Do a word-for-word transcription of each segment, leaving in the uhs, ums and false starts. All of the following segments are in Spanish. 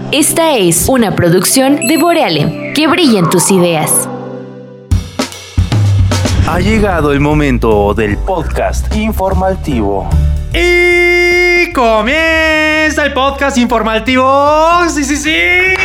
Esta es una producción de Boreale. Que brillen tus ideas. Ha llegado el momento del podcast informativo. Y comienza el podcast informativo. Sí, sí, sí.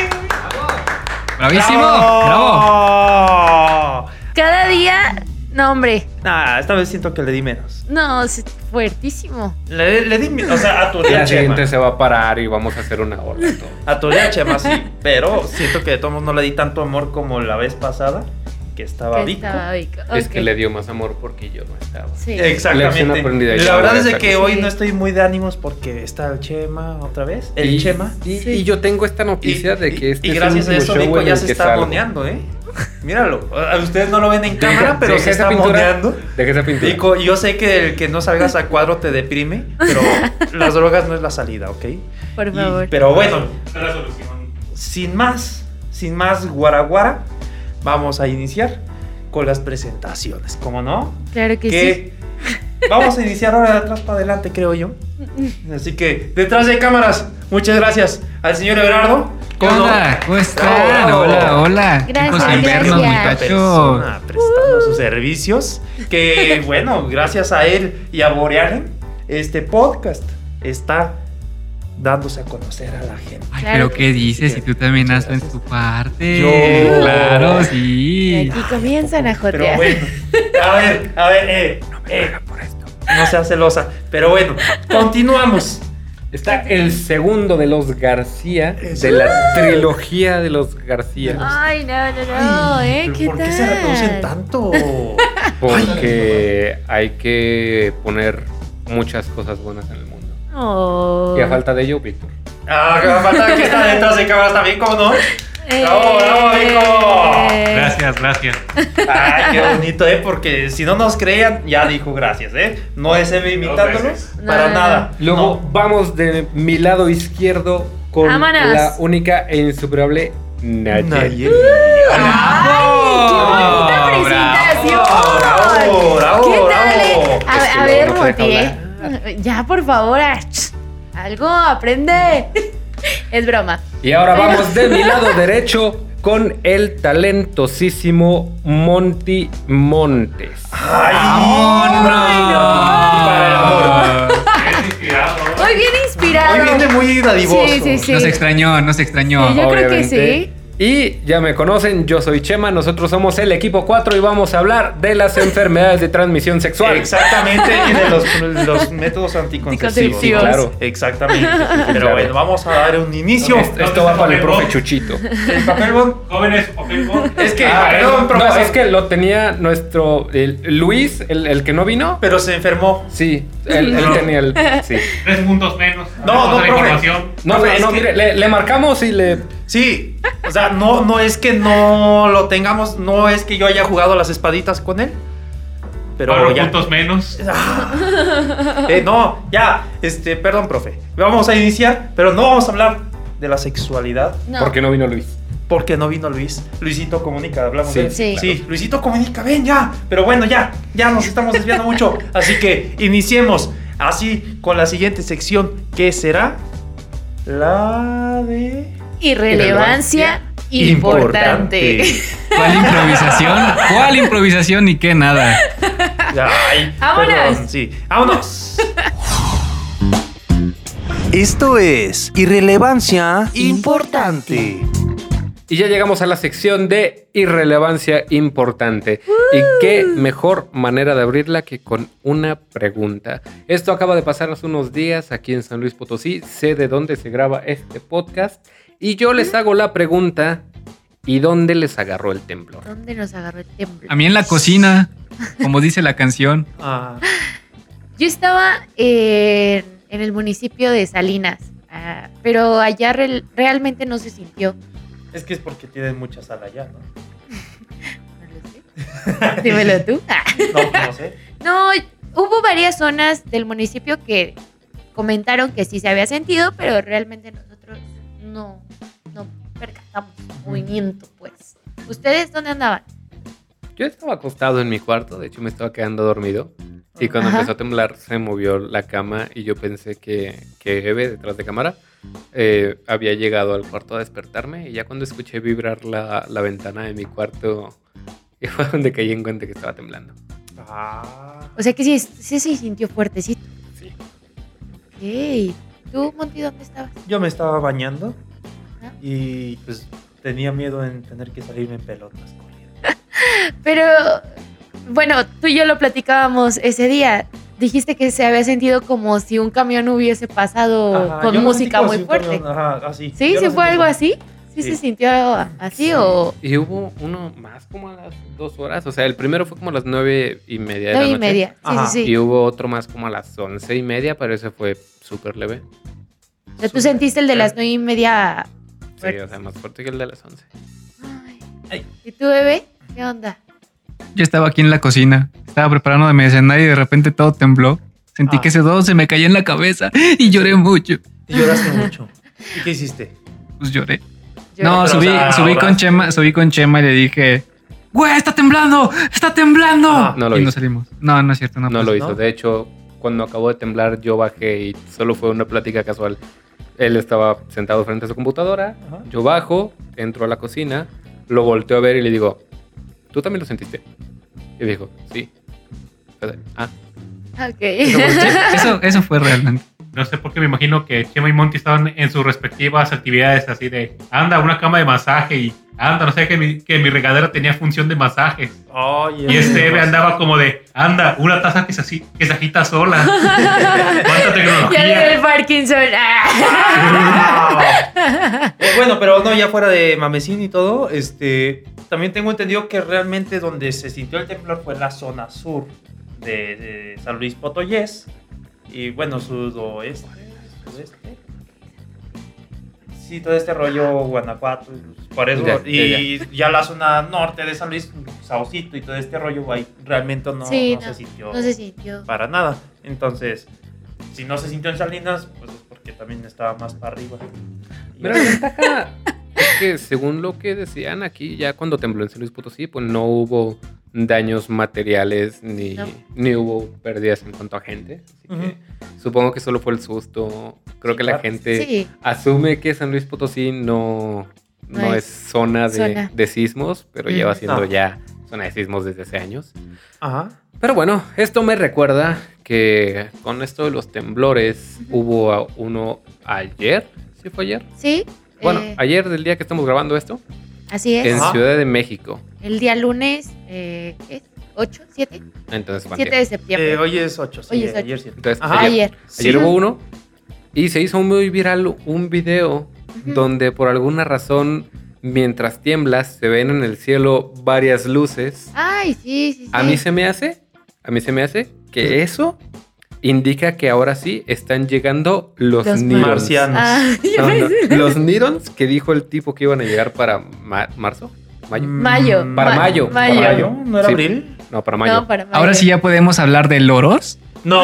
¡Bravísimo! ¡Bravo! ¡Bravo! Cada día, no hombre, Nah, esta vez siento que le di menos. no, es fuertísimo. Le, le di menos. O sea, a tu La Chema. siguiente se va a parar y vamos a hacer una hora. A tu Chema, sí. Pero siento que de todos modos no le di tanto amor como la vez pasada, que estaba Que Vico. estaba Vico. Es Ok. que le dio más amor porque yo no estaba. Sí. Lección Exactamente. aprendida, ya La voy verdad a es de sacar. que hoy Sí. no estoy muy de ánimos porque está el Chema otra vez. El y, Chema. Y, Sí. y yo tengo esta noticia Y- de que y- este y es gracias el a último eso show Vico en ya el se que está salgo. moneando, ¿eh? Míralo. A ustedes no lo ven en Deja- cámara, pero deja se esa está pintura. moneando. Deja esa pintura. Vico, yo sé que el que no salgas a cuadro te deprime, pero las drogas no es la salida, ¿ok? Por Y- favor. pero bueno, sin más, sin más guaraguara, vamos a iniciar con las presentaciones, ¿cómo no? Claro que, sí. Que vamos a iniciar ahora de atrás para adelante, creo yo. Así que, detrás de cámaras, muchas gracias al señor Everardo. ¿Qué onda? ¿Cómo están? Bravo. Hola, hola. Gracias, Tiempos sin vernos, gracias. muchachos. Persona prestando sus servicios. Que bueno, gracias a él y a Boreale, este podcast está dándose a conocer a la gente. Ay, Claro pero que ¿qué dices? sí. Si tú también Muchas haces gracias. tu parte. Yo- Claro, Y sí. aquí comienzan a Pero jotear. bueno, a ver, a ver, eh, eh, no seas celosa. Pero bueno, continuamos. Está el segundo de los García, Eso. de la trilogía de los García. Ay, no, no, no, Ay, ¿eh? pero ¿Qué ¿por tal? qué se reproducen tanto? Porque hay que poner muchas cosas buenas en el mundo. Oh. Y a falta de ello, Víctor. Ah, que me falta que está detrás de cámaras también, ¿cómo no? Eh. ¡Bravo, bravo, Vico! Gracias, gracias. Ay, qué bonito, ¿eh? Porque si no nos creían, ya dijo gracias, ¿eh? No es Eve imitándonos No, para no, no. nada. Luego No. vamos de mi lado izquierdo con Vámonos. la única e insuperable Nayeli. Nayeli. ¡Bravo! ¡Qué bonita presentación! Bravo, bravo, ¿Qué tal? bravo. eh? A, Es que a luego ver, no se deja Moti, ya, por favor, ah, ch, algo aprende. Es broma. Y ahora vamos de mi lado derecho con el talentosísimo Monty Montes. Ay, ¡Vámonos! Para el amor. Muy bien inspirado. Hoy viene muy dadivoso. Sí, sí, sí. Nos extrañó, nos extrañó. Sí, yo creo que obviamente. sí. Y ya me conocen, yo soy Chema, nosotros somos el equipo cuatro y vamos a hablar de las enfermedades de transmisión sexual. Exactamente, y de los, los métodos anticonceptivos. Anticonceptivos. Claro. Exactamente. Pero Claro. bueno, vamos a dar un inicio. Esto, esto va para el profe Chuchito. El papel bond. Jóvenes, papel bond. Es que, Ah, perdón, no, profesor. es que lo tenía nuestro el Luis, el, el que no vino. Pero se enfermó. Sí, él, él No. tenía el. Sí. Tres puntos menos. No, Tenemos no, la profe. información. No, Profe, no, es que- mire, le, le marcamos y le. Sí, o sea, no, no es que no lo tengamos, no es que yo haya jugado las espaditas con él. Pero Cuatro ya. puntos menos. Ah. Eh, no, ya, este, perdón, profe. Vamos a iniciar, pero no vamos a hablar de la sexualidad. No. Porque no vino Luis. Porque no vino Luis. Luisito Comunica, hablamos Sí, de él. sí. Sí, Luisito Comunica, ven ya. Pero bueno, ya, ya nos estamos desviando mucho. Así que iniciemos así con la siguiente sección, que será la de... Irrelevancia importante. ¿Cuál improvisación? ¿Cuál improvisación y qué nada? Ay, ¡Vámonos! perdón, sí, vámonos. Esto es Irrelevancia Importante. Y ya llegamos a la sección de irrelevancia importante. Y qué mejor manera de abrirla que con una pregunta. Esto acaba de pasar hace unos días aquí en San Luis Potosí. Sé de dónde se graba este podcast. Y yo les hago la pregunta: ¿y dónde les agarró el temblor? ¿Dónde nos agarró el temblor? A mí en la cocina, como dice la canción. Ah, Yo estaba eh, en el municipio de Salinas, ah, pero allá re- realmente no se sintió. es que es porque tienen mucha sal allá, ¿no? No lo sé. Dímelo tú. Ah. No, no sé. No, hubo varias zonas del municipio que comentaron que sí se había sentido, pero realmente nosotros no, no percatamos movimiento, pues. ¿Ustedes dónde andaban? Yo estaba acostado en mi cuarto, de hecho me estaba quedando dormido. Y cuando Ajá. empezó a temblar se movió la cama y yo pensé que, que Eve detrás de cámara eh, había llegado al cuarto a despertarme y ya cuando escuché vibrar la, la ventana de mi cuarto, fue donde caí en cuenta que estaba temblando. Ah. O sea que sí, sí se sintió fuertecito. Sí. Ok. ¿Tú, Monty, dónde estabas? Yo me estaba bañando ¿Ah? y pues tenía miedo en tener que salirme en pelotas corriendo. Pero, bueno, tú y yo lo platicábamos ese día. Dijiste que se había sentido como si un camión hubiese pasado Ajá, con yo lo música sentí como muy si un fuerte. camión, ajá, así. ¿Sí? Yo ¿Sí lo fue sentí algo como- así? ¿Sí, Sí. se sintió así o...? Y hubo uno más como a las dos horas. O sea, el primero fue como a las nueve y media de Nueve la y noche. media. Sí, Ajá. sí, sí. Y hubo otro más como a las once y media, pero ese fue súper leve. O sea, tú sentiste el de las nueve y media Sí, fuerte. o sea, más fuerte que el de las once. Ay. Ay. ¿Y tú, bebé? ¿Qué onda? Yo estaba aquí en la cocina, estaba preparando mi escenario y de repente todo tembló. Sentí Ah. que ese dedo se me caía en la cabeza y lloré mucho. Y lloraste mucho. ¿Y qué hiciste? Pues lloré. Yo- No, pero, subí, o sea, subí con ahora- Chema, subí con Chema y le dije, ¡güey, está temblando! ¡Está temblando! Ah, no lo y hizo. nos salimos. No, no es cierto. No, No pues, lo hizo. ¿no? De hecho, cuando acabó de temblar, yo bajé y solo fue una plática casual. Él estaba sentado frente a su computadora. Ajá. Yo bajo, entro a la cocina, lo volteo a ver y le digo, ¿tú también lo sentiste? Y me dijo, sí. Ah, Ok. Eso, eso fue realmente. No sé por qué me imagino que Chema y Monty estaban en sus respectivas actividades así de, anda, una cama de masaje y anda, no sé, que mi, que mi regadera tenía función de masajes. Oye, Y este Eve no andaba como de, anda, una taza que se, asi- que se agita sola. ¿Cuánta Ya tecnología? el Parkinson. Ah. Eh, bueno, pero no, ya fuera de mamecín y todo, este, también tengo entendido que realmente donde se sintió el temblor fue la zona sur de, de San Luis Potoyés y bueno, sudoeste, sudeste. Sí, todo este rollo Guanajuato, por eso, Ya, ya, y ya. la zona norte de San Luis, Saucito y todo este rollo, ahí realmente no, Sí, no no, se sintió No se sintió. para nada. Entonces, si no se sintió en Salinas, pues es porque también estaba más para arriba. Y- mira, la ventaja es que según lo que decían aquí, ya cuando tembló en San Luis Potosí, pues no hubo daños materiales ni, No. ni hubo pérdidas en cuanto a gente. Así que Ujú. supongo que solo fue el susto. Creo Sí, que la claro. gente Sí. asume que San Luis Potosí no, no, No es, es zona de, zona. de sismos, pero Mm. lleva siendo No. ya zona de sismos desde hace años. Ajá. Pero bueno, esto me recuerda que con esto de los temblores hubo a- uno ayer, ¿sí fue ayer? Sí. Bueno, eh, ayer del día que estamos grabando esto, así es. en Ajá. Ciudad de México. El día lunes, eh, ¿qué es? ¿ocho? ¿siete? Entonces, fue siete antier. de septiembre. Eh, hoy es ocho, sí, Hoy es ocho. ayer sí. Entonces, Ajá. ayer, Ayer. ayer Sí. hubo uno y se hizo muy viral un video Ujú. donde por alguna razón, mientras tiemblas, se ven en el cielo varias luces. Ay, sí, sí, sí. A mí se me hace, a mí se me hace que eso indica que ahora sí están llegando los, Los Nirons. marcianos. Ah, yo No, no, pensé- los Nirons que dijo el tipo que iban a llegar para ma- marzo, mayo. Mayo. Mm, Para Ma- mayo. Mayo. ¿Para mayo? ¿No era Sí. abril? No, para mayo. No, para mayo. Ahora sí ya podemos hablar de loros. No.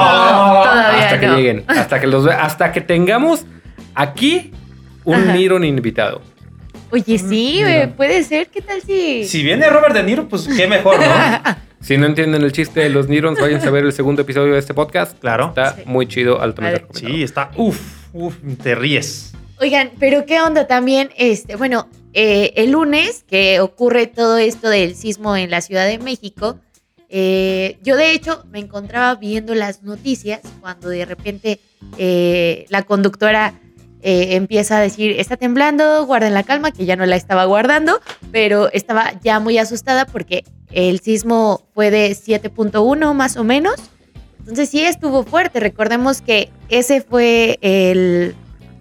No, todavía hasta que no. lleguen, hasta que los ve- hasta que tengamos aquí un Ajá. Niron invitado. Oye, sí, Mira. güey, puede ser. ¿Qué tal si...? Si viene Robert De Niro, pues qué mejor, ¿no? Si no entienden el chiste de los Nirons, vayan a ver el segundo episodio de este podcast. Claro. Está Sí. muy chido, altamente Padre. recomendado. Sí, está. Uf, uf, te ríes. Oigan, pero qué onda también, este, bueno, eh, el lunes que ocurre todo esto del sismo en la Ciudad de México, eh, yo de hecho me encontraba viendo las noticias cuando de repente eh, la conductora eh, empieza a decir, está temblando, guarden la calma, que ya no la estaba guardando, pero estaba ya muy asustada porque el sismo fue de siete punto uno más o menos, entonces sí estuvo fuerte, recordemos que ese fue el...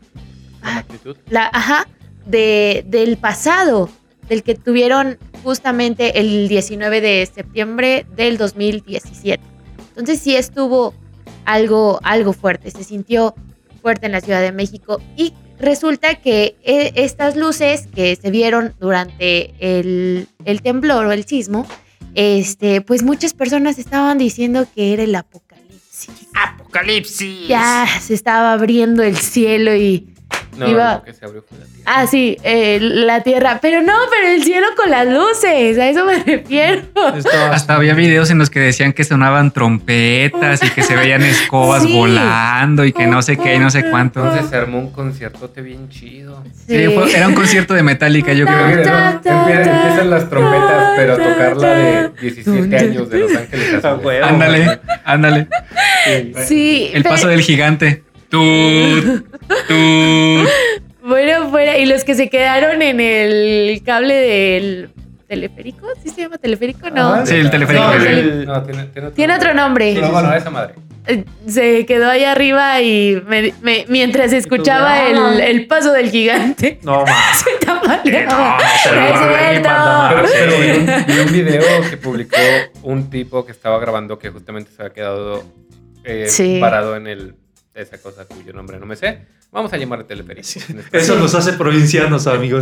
La magnitud. La, ajá, de, del pasado, del que tuvieron justamente el diecinueve de septiembre del dos mil diecisiete. Entonces sí estuvo algo, algo fuerte, se sintió fuerte en la Ciudad de México y resulta que eh, estas luces que se vieron durante el, el temblor o el sismo, este, pues muchas personas estaban diciendo que era el apocalipsis. Apocalipsis. Ya se estaba abriendo el cielo y No, Iba- lo que se abrió fue la tierra. Ah, sí, eh, la tierra. Pero no, pero el cielo con las luces, a eso me refiero. Estaba- Hasta había videos en los que decían que sonaban trompetas y que se veían escobas Sí. volando y que no sé qué y no sé cuánto. Entonces se armó un conciertote bien chido. Sí, fue- era un concierto de Metallica, yo creo. Empie- Empiezan las trompetas, pero a tocarla de diecisiete años de Los Ángeles Ah, Azules. huevo. Ándale, ándale. Sí. El pero- paso del gigante. Tut, tut. Bueno, fuera. Y los que se quedaron en el cable del teleférico, ¿sí se llama teleférico? No. Ah, Sí, el teleférico. No, Sí. el- No, tiene, tiene otro, Tiene otro nombre. No, bueno, esa madre. Eh, Se quedó ahí arriba y me- me- mientras escuchaba ah. el, el paso del gigante, No, más. se tambaleaba. No, se No lo es va a reír, cierto. manda Pero, más. pero vi, un, vi un video que publicó un tipo que estaba grabando que justamente se había quedado eh, Sí. parado en el esa cosa cuyo nombre no me sé. Vamos a llamarle teleférico. en este Eso caso. nos hace provincianos, amigos.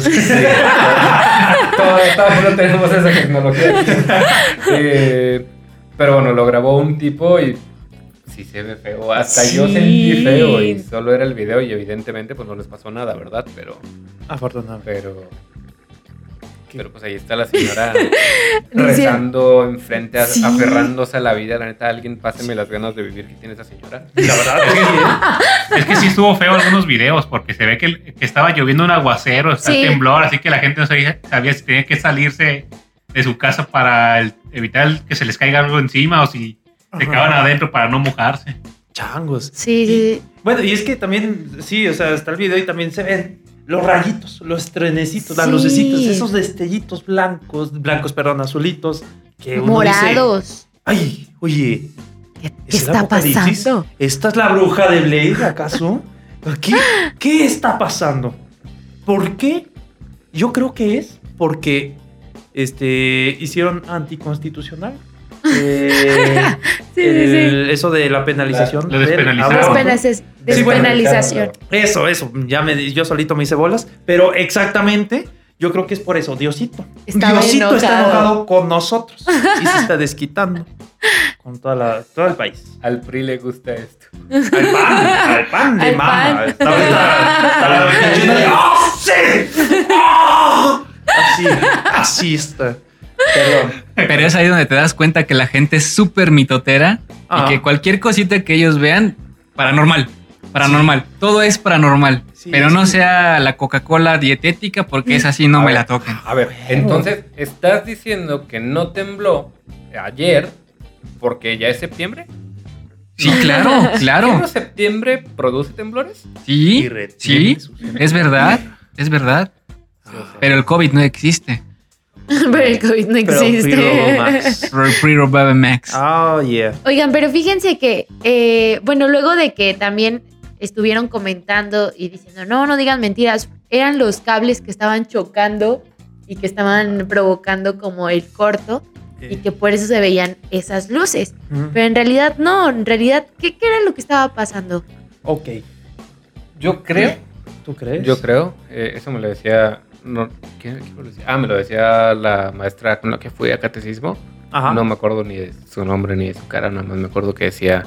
Todavía todavía no tenemos esa tecnología. Eh, pero bueno, lo grabó un tipo y sí se ve feo. Hasta yo Sí. sentí feo y solo era el video y evidentemente pues no les pasó nada, ¿verdad? Pero, Afortunadamente. pero, pero pues ahí está la señora Dice- rezando enfrente, a- Sí. aferrándose a la vida. La neta, alguien páseme las ganas de vivir que tiene esa señora. La verdad es que sí, ¿eh? Es que sí estuvo feo algunos videos porque se ve que, que estaba lloviendo un aguacero, está Sí. temblor, así que la gente no sabía, sabía si tenía que salirse de su casa para el- evitar el- que se les caiga algo encima o si se Ajá. quedaban adentro para no mojarse. Changos. Sí, sí, sí. Bueno, y es que también, sí, o sea, está el video y también se ven los rayitos, los trenecitos, las Sí. lucecitas, esos destellitos blancos, blancos, perdón, azulitos, que uno dice, Morados. ay, oye, ¿Qué, ¿es qué el está apocalipsis? pasando? ¿Esta es la bruja de Blade, acaso? ¿Qué, ¿Qué está pasando? ¿Por qué? Yo creo que es porque este, hicieron anticonstitucional. Eh, Sí, sí, el- Eso de la penalización. La- lo del despenalizaron. aborto. Despenalización. Sí, bueno, Despenalización. Eso, eso. Ya me, yo solito me hice bolas. Pero exactamente, yo creo que es por eso. Diosito. Estaba Diosito está enojado. enojado con nosotros. Y se está desquitando con toda la, todo el país. Al P R I le gusta esto. Al pan, al pan de Al mama. pan. Está, está- está la doña China de, ¡oh, sí! ¡Oh! Así, así está. Perdón. Pero es ahí donde te das cuenta que la gente es súper mitotera Ah. y que cualquier cosita que ellos vean, paranormal. Paranormal. Todo es paranormal. Sí, pero sí. no sea la Coca-Cola dietética porque es así, no A me ver. la toquen. A ver, entonces, ¿estás diciendo que no tembló ayer porque ya es septiembre? Sí, claro, ¿Qué claro. no septiembre produce temblores? Y Sí, retiene sí, sus- es verdad, es verdad. Pero el COVID no existe. Pero el COVID no Pero existe. Free Max. Pre Baba Max. Oh, yeah. Oigan, pero fíjense que, eh, bueno, luego de que también estuvieron comentando y diciendo, no, no digan mentiras, eran los cables que estaban chocando y que estaban provocando como el corto y que por eso se veían esas luces. Mm. Pero en realidad no, en realidad, ¿qué, qué era lo que estaba pasando? Ok. Yo creo. ¿Tú crees? Yo creo. eh, eso me lo decía. No, ¿quién, quién me lo decía? Ah, me lo decía la maestra con la que fui a catecismo. Ajá. No me acuerdo ni de su nombre ni de su cara, nada más me acuerdo que decía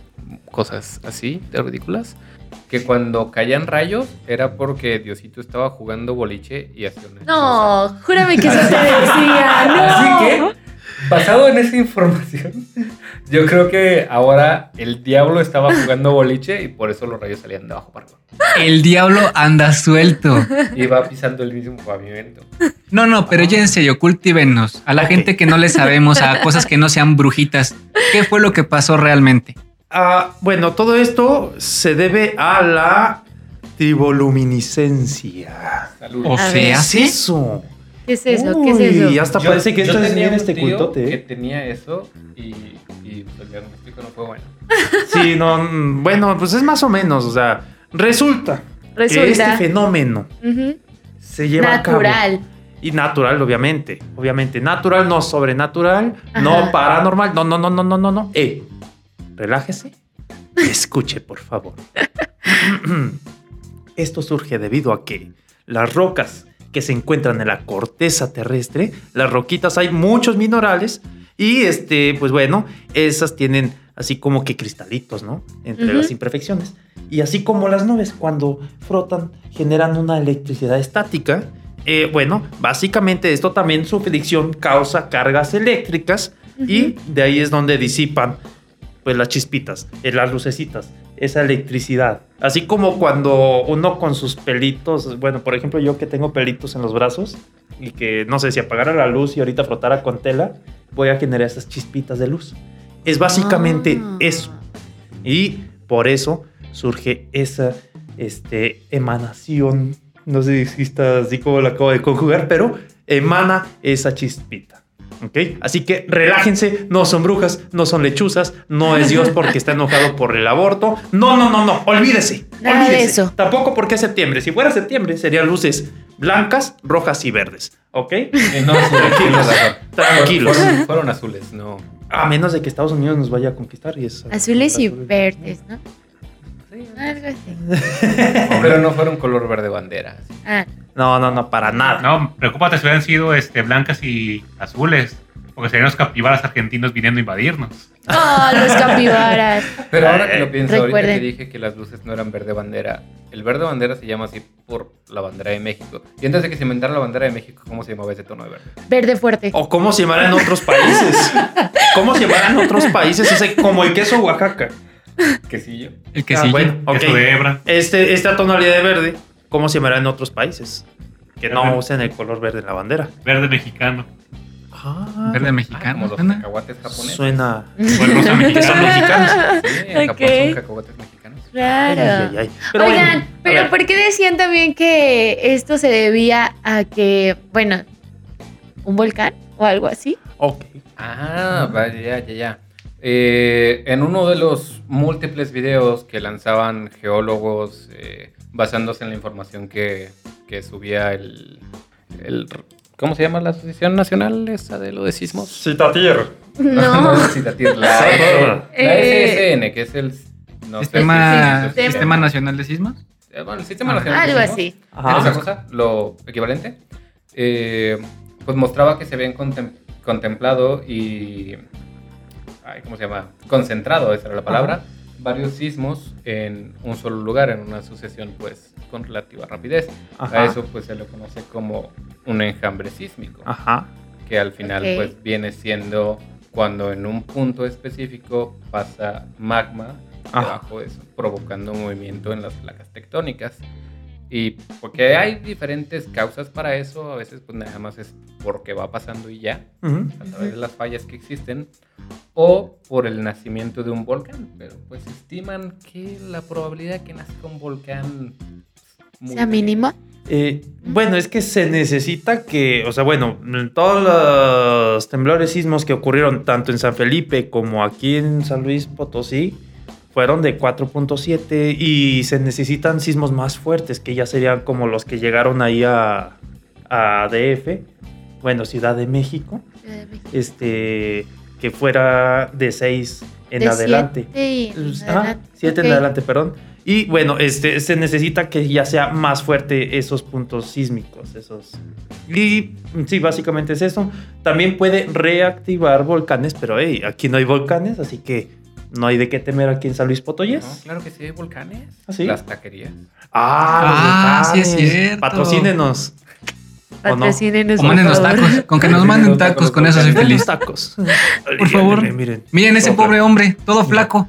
cosas así de ridículas. Que cuando caían rayos era porque Diosito estaba jugando boliche y hacía una. No, júrame que eso te decía, no. Así que, basado en esa información, yo creo que ahora el diablo estaba jugando boliche y por eso los rayos salían de abajo para arriba. El diablo anda suelto. Iba pisando el mismo pavimento. No, no, pero ya en serio, cultívennos. A la Ok. gente que no le sabemos, a cosas que no sean brujitas. ¿Qué fue lo que pasó realmente? Ah, bueno, todo esto se debe a la triboluminiscencia. Salud. O A ver. ¿Qué sea, es ¿sí? eso? ¿Qué es eso? ¿Qué es Uy, eso? hasta Yo- parece que yo esto es tenía en un este tío cultote. que ¿eh? tenía eso y, y pues ya no me explico, no fue bueno. Sí, no, mm, bueno, pues es más o menos, o sea, resulta, que este Resulta. fenómeno Ujú. se lleva a cabo. Natural. Y natural, obviamente. Obviamente, natural, no sobrenatural, Ajá. no paranormal. No, no, no, no, no, no, no. Eh, relájese. Escuche, por favor. Esto surge debido a que las rocas que se encuentran en la corteza terrestre, las roquitas, hay muchos minerales y este, pues bueno, esas tienen así como que cristalitos, ¿no? Entre Ujú. las imperfecciones. Y así como las nubes, cuando frotan, generan una electricidad estática. Eh, bueno, básicamente esto también, su fricción causa cargas eléctricas y de ahí es donde disipan pues las chispitas, eh, las lucecitas, esa electricidad. Así como cuando uno con sus pelitos, bueno, por ejemplo yo que tengo pelitos en los brazos y que no sé si apagara la luz y ahorita frotara con tela, voy a generar esas chispitas de luz. Es básicamente Ah. eso. Y por eso surge esa este, emanación, no sé si está así como la acabo de conjugar, pero emana esa chispita. ¿Ok? Así que relájense, no son brujas, no son lechuzas, no es Dios porque está enojado por el aborto. No, no, no, no, olvídese. Nada de olvídese. eso. Tampoco porque es septiembre. Si fuera septiembre, serían luces blancas, rojas y verdes. ¿Ok? Eh, no, sí, tienes razón. Tranquilos. Fueron, fueron azules, no. A menos de que Estados Unidos nos vaya a conquistar y es Azules y azul. verdes, ¿no? Sí, Algo así. pero no fueron color verde bandera. Ah, No, no, no, para nada. No, preocúpate si hubieran sido este, blancas y azules. Porque serían los capibaras argentinos viniendo a invadirnos. oh, los capibaras. Pero ahora que Eh, lo pienso, ahorita recuerden. que dije que las luces no eran verde bandera, el verde bandera se llama así por la bandera de México. Y antes de que se inventara la bandera de México, ¿cómo se llamaba ese tono de verde? Verde fuerte. O cómo se llamará en otros países. ¿Cómo se llamará en otros países? Ese, como el queso Oaxaca. Quesillo. El que Ah, sí. bueno, ok. Queso de hebra. Este, esta tonalidad de verde, ¿cómo se llamará en otros países? Que no Verde. usen el color verde en la bandera. Verde mexicano. Ah, Verde Ah, mexicano. como los ¿suena? cacahuates japoneses. suena. O el rosa Que son mexicano. mexicanos. Sí, en Japón Ok. son cacahuates mexicanos. Claro. Ay, ay, ay. Pero Oigan, bueno, a pero ver. ¿por qué decían también que esto se debía a que, bueno, un volcán o algo así? Ok. Ah, vaya, ya, ya, ya. Eh, en uno de los múltiples videos que lanzaban geólogos eh, basándose en la información que, que subía el, el... ¿Cómo se llama la Asociación Nacional esa de lo de sismos? Citatier. No. es Citatier, la, Sí. la Eh, S S N, que es el... no sé Sistema, qué- Sistema Nacional de Sismos. Eh, Bueno, el Sistema Ah, Nacional de Algo Sismos. así. Ajá. Esa cosa, lo equivalente, eh, pues mostraba que se habían contem- contemplado y, ay, ¿cómo se llama? Concentrado, esa era la palabra, varios sismos en un solo lugar, en una sucesión, pues, con relativa rapidez. Ajá. A eso, pues, se le conoce como un enjambre sísmico, Ajá. que al final, Ok. pues, viene siendo cuando en un punto específico pasa magma Ajá. debajo de eso, provocando movimiento en las placas tectónicas. Y porque hay diferentes causas para eso, a veces pues nada más es porque va pasando y ya, Ujú. a través de las fallas que existen, o por el nacimiento de un volcán, pero pues estiman que la probabilidad de que nazca un volcán es muy ¿Sea pequeña. mínimo? Eh, bueno, es que se necesita que, o sea, bueno, todos los temblores sismos que ocurrieron tanto en San Felipe como aquí en San Luis Potosí fueron de cuatro punto siete y se necesitan sismos más fuertes que ya serían como los que llegaron ahí a, a D F, bueno, Ciudad de México, este, que fuera de seis en De adelante. siete y en Ajá, adelante. siete Ok. en adelante, perdón. Y bueno, este, se necesita que ya sea más fuerte esos puntos sísmicos, esos. Y sí, básicamente es eso. También puede reactivar volcanes, pero hey, aquí no hay volcanes, así que no hay de qué temer aquí en San Luis Potosí. No, claro que sí, hay volcanes. ¿Ah, sí? Las taquerías. Ah, Ah, los sí es volcanes. cierto. Patrocínenos. ¿O no? Patrocínenos, O por mándenos favor. tacos. Con que nos manden tacos, con eso soy Los feliz. tacos. Por favor. Miren, miren. Miren ese Todo pobre flaco. hombre, todo flaco.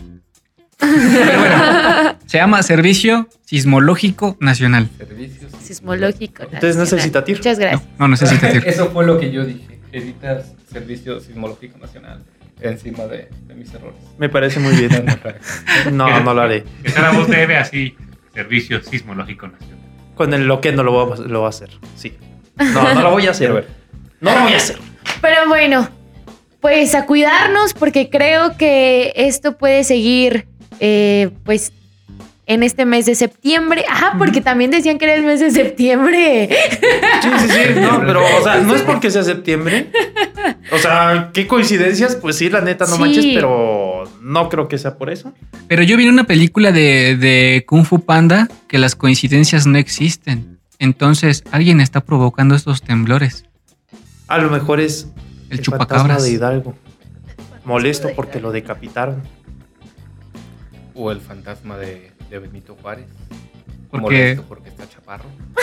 Pero bueno, se llama Servicio Sismológico Nacional. Servicios. Sismológico. Entonces no es el nacional. Citatir. Muchas No, gracias. no necesita decir. Eso fue lo que yo dije. Editas Servicio Sismológico Nacional encima de, de mis errores. Me parece muy bien. No, no lo haré. Que sea la voz de Eve así. Servicio Sismológico Nacional. Con el lo que no lo voy a, lo voy a hacer. Sí. No, no lo voy a hacer. A ver. No lo voy a hacer. Pero bueno, pues a cuidarnos porque creo que esto puede seguir, eh, pues, en este mes de septiembre. Ajá, porque también decían que era el mes de septiembre. Sí, sí, sí. No, pero, o sea, no es porque sea septiembre. O sea, qué coincidencias. Pues sí, la neta, no Sí. manches, pero no creo que sea por eso. Pero yo vi en una película de, de Kung Fu Panda que las coincidencias no existen. Entonces, alguien está provocando estos temblores. A lo mejor es El fantasma chupacabras. de Hidalgo. molesto porque lo decapitaron. O el fantasma de, de Benito Juárez. ¿Por Molesto porque está chaparro.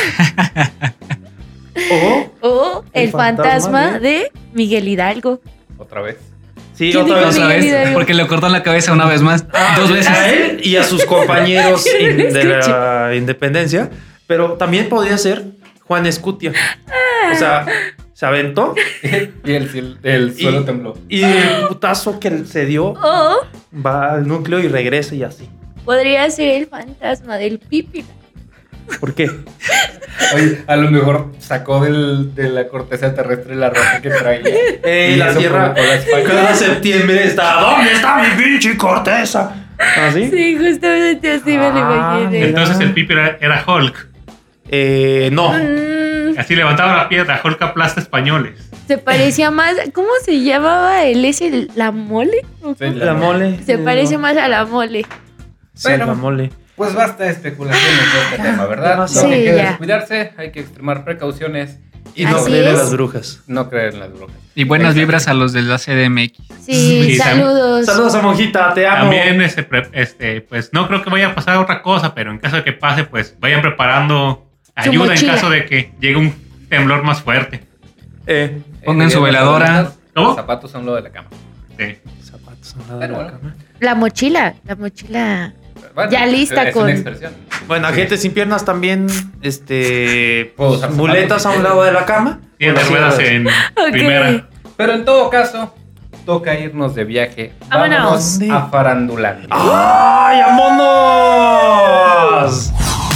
O, O el, El fantasma, fantasma de Miguel Hidalgo. Otra vez. sí, ¿Quién otra dijo vez. ¿Otra Miguel vez? Hidalgo. Porque le cortó la cabeza una vez más. Dos veces. A él y a sus compañeros in- de la independencia. Pero también podría ser Juan Escutia. O sea, se aventó Y el, ciel- el suelo Y- tembló. y el putazo que se dio O va al núcleo y regresa y así. podría ser el fantasma del Pípila. ¿Por qué? Oye, a lo mejor sacó del, de la corteza terrestre la ropa que traía. Eh, Y la eso tierra provocó las fallas. cada septiembre está. ¿Dónde está mi pinche corteza? ¿Así? Sí, justamente así me lo Ah, imaginé. mira. Entonces el Piper era, era Hulk. Eh, no. Mm, Así levantaba la piedra, Hulk aplasta españoles. se parecía más. ¿Cómo se llamaba él? ¿Es el, la mole? ¿O Sí, cómo? La mole. Se Eh, parece no. más a la mole. Sí, Pero- la mole. Pues basta de especulaciones de este tema, ¿verdad? Lo Sí, que queda ya. es cuidarse, hay que extremar precauciones Y no Así creer en es. las brujas. no creer en las brujas. Y buenas vibras a los de la C D M X. Sí, Sí, saludos. Saludos a Monjita, te amo. También, este, pre- este, pues no creo que vaya a pasar otra cosa, pero en caso de que pase, pues vayan preparando Su ayuda en mochila. caso de que llegue un temblor más fuerte. Eh, Pongan su veladora. ¿Cómo? Los zapatos son lo de la cama. Sí. zapatos al lado Pero de la bueno. cama. La mochila. La mochila. Bueno, Ya lista es con- una expresión. Bueno, gente sin piernas también, este, Puedo usar muletas zapatos a si un quieres. lado de la cama. Tiene Con las ruedas sillas. en Ok. primera. Pero en todo caso, toca irnos de viaje. Vámonos. Vámonos a Farandulandia. ¡Ay, vámonos!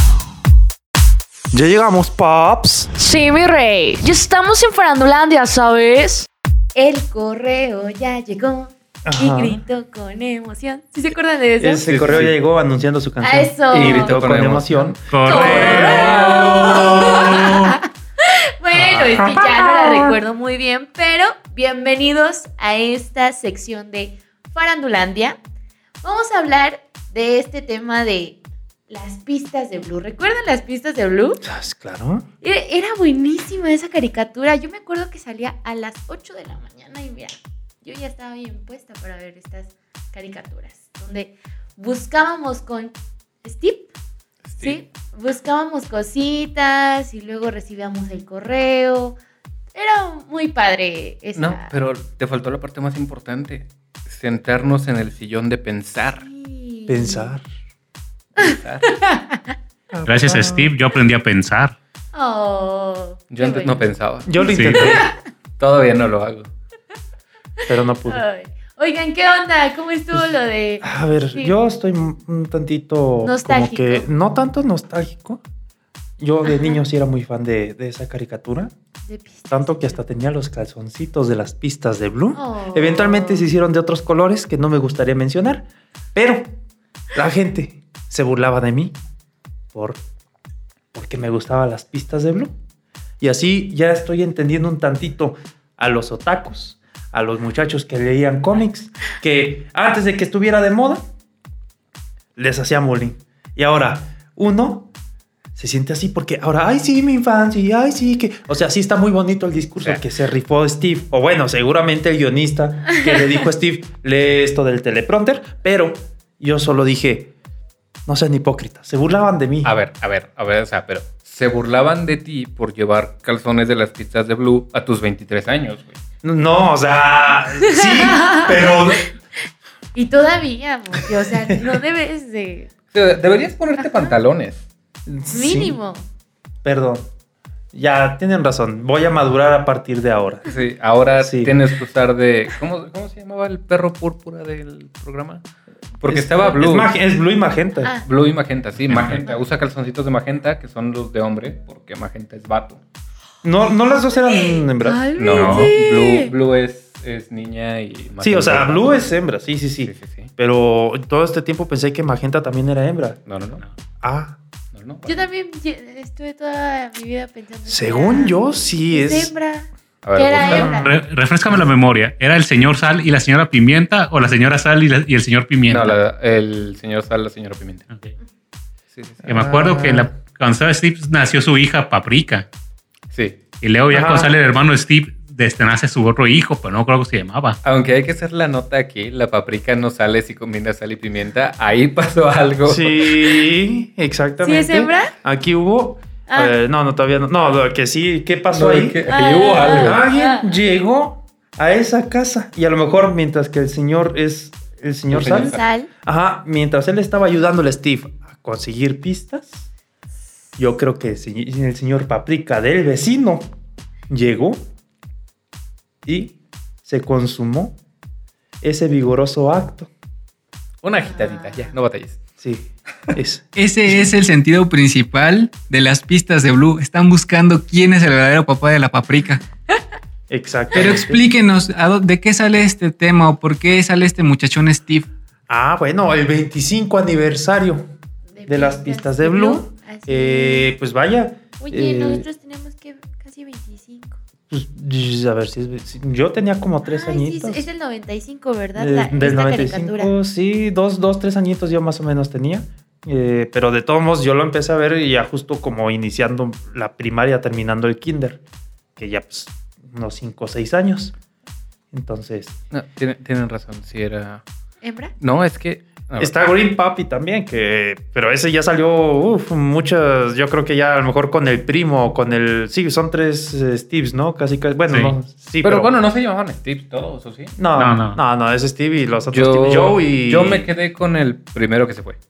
Ya llegamos, Pops. Sí, mi rey. Ya estamos en Farandulandia, ¿sabes? El correo ya llegó. Ajá. Y gritó con emoción. ¿Sí se acuerdan de eso? Ese Sí, correo sí. ya llegó anunciando su canción. A eso. Y gritó con, emoción. Correo. Bueno, es que ya no la recuerdo muy bien, pero bienvenidos a esta sección de Farandulandia. Vamos a hablar de este tema de las pistas de Blue. ¿Recuerdan las pistas de Blue? Ah, claro. Era, era buenísima esa caricatura. Yo me acuerdo que salía a las ocho de la mañana y mira, yo ya estaba bien puesta para ver estas caricaturas, donde buscábamos con Steve. Sí, buscábamos cositas y luego recibíamos el correo. Era muy padre esa. No, pero te faltó la parte más importante. Sentarnos en el sillón de pensar. Sí. Pensar. Pensar. Gracias a Steve, yo aprendí a pensar. Oh, Yo qué antes no bonito. pensaba. Yo lo Sí. intenté, Todavía no lo hago. pero no pude. Ay. Oigan, ¿qué onda? ¿Cómo estuvo lo de A ver, Sí. yo estoy un tantito Nostálgico. como que no tanto nostálgico. Yo de niño sí era muy fan de, de esa caricatura, de pistas? tanto que hasta tenía los calzoncitos de las pistas de Blue. Oh. Eventualmente se hicieron de otros colores que no me gustaría mencionar, pero la gente se burlaba de mí por porque me gustaban las pistas de Blue. Y así ya estoy entendiendo un tantito a los otakus, a los muchachos que leían cómics, que antes de que estuviera de moda, les hacía bullying. Y ahora uno se siente así porque ahora, ay, sí, mi infancia, ay, sí, que... O sea, sí está muy bonito el discurso Sí. que se rifó Steve. O bueno, seguramente el guionista que le dijo a Steve, lee esto del teleprompter, pero yo solo dije, no sean hipócritas, se burlaban de mí. A ver, a ver, a ver, o sea, pero se burlaban de ti por llevar calzones de las pistas de Blue a tus veintitrés años, güey. No, o sea, sí, pero... Y todavía, porque, o sea, no debes de O sea, deberías ponerte pantalones. Sí, mínimo. perdón. Ya, tienen razón. Voy a madurar a partir de ahora. Sí, ahora Sí. tienes que usar de... ¿Cómo, cómo se llamaba el perro púrpura del programa? Porque Es- estaba Blue. Es, magi- es Blue y Magenta. Ah, Blue y Magenta, sí, Magenta. Magenta. Usa calzoncitos de Magenta, que son los de hombre, porque Magenta es vato. No, no las dos eran hembras. No, cálmate. Blue, Blue es, es niña y Magenta Sí, o sea, vato. Blue es hembra, sí, sí, sí. Sí, sí, sí. Pero todo este tiempo pensé que Magenta también era hembra. No, no, no. Ah, no, no. Yo también ye- estuve toda mi vida pensando. que según era- yo, sí es es. hembra. A ver, ¿Qué era búscalo. hembra? Re- refréscame la memoria. ¿Era el señor Sal y la señora Pimienta o la señora Sal y, la- y el señor Pimienta? No, la- el señor Sal, la señora Pimienta. Ok. Sí, sí, sí. Que me acuerdo que la, cuando estaba Steve nació su hija Paprika. Sí. Y luego ya Ajá. cuando sale el hermano de Steve este, nace su otro hijo, pero no creo que se llamaba. Aunque hay que hacer la nota aquí, la paprika no sale si combina sal y pimienta. Ahí pasó algo. Sí, exactamente. ¿Sí es hembra? Aquí hubo... Ah. eh, no, no, todavía no. No, lo que sí, ¿qué pasó No, ahí? que- ahí Ah. hubo algo. Alguien Ah. llegó a esa casa y a lo mejor mientras que el señor es el señor El señor Sal, Sal. ajá, mientras él estaba ayudándole a Steve a conseguir pistas, yo creo que el se- el señor Paprika del vecino llegó y se consumó ese vigoroso acto. Una agitadita, ya, no batalles. Sí, es. Ese es el sentido principal de las pistas de Blue. Están buscando quién es el verdadero papá de la paprika. Exactamente. Pero explíquenos, ¿a dó- ¿de qué sale este tema o por qué sale este muchachón Steve? Ah, bueno, el veinticinco aniversario de las pistas de Blue. Así Eh, pues vaya. es. Oye, eh, nosotros tenemos que casi veinticinco. pues, a ver si es. si- Yo tenía como tres Ay, sí, añitos. es el noventa y cinco, ¿verdad? Eh, La, del esta noventa y caricatura. cinco, sí, dos, dos, tres añitos yo más o menos tenía. Eh, pero de todos modos, yo lo empecé a ver ya justo como iniciando la primaria, terminando el kinder. Que ya, pues, unos cinco o seis años. Entonces. No, tienen, tienen razón, sí era... ¿Hembra? No, es que... a ver. Está Green Papi también, que. Pero ese ya salió. Uf, muchas. Yo creo que ya a lo mejor con el primo, con el. Sí, son tres eh, Steves, ¿no? Casi, casi. Bueno, Sí. no. Sí, pero, bueno, no se llamaban Steve todos, ¿o sí? No, No, no, no. no, es Steve y los otros Yo, Steve. Joe y. yo me quedé con el primero que se fue.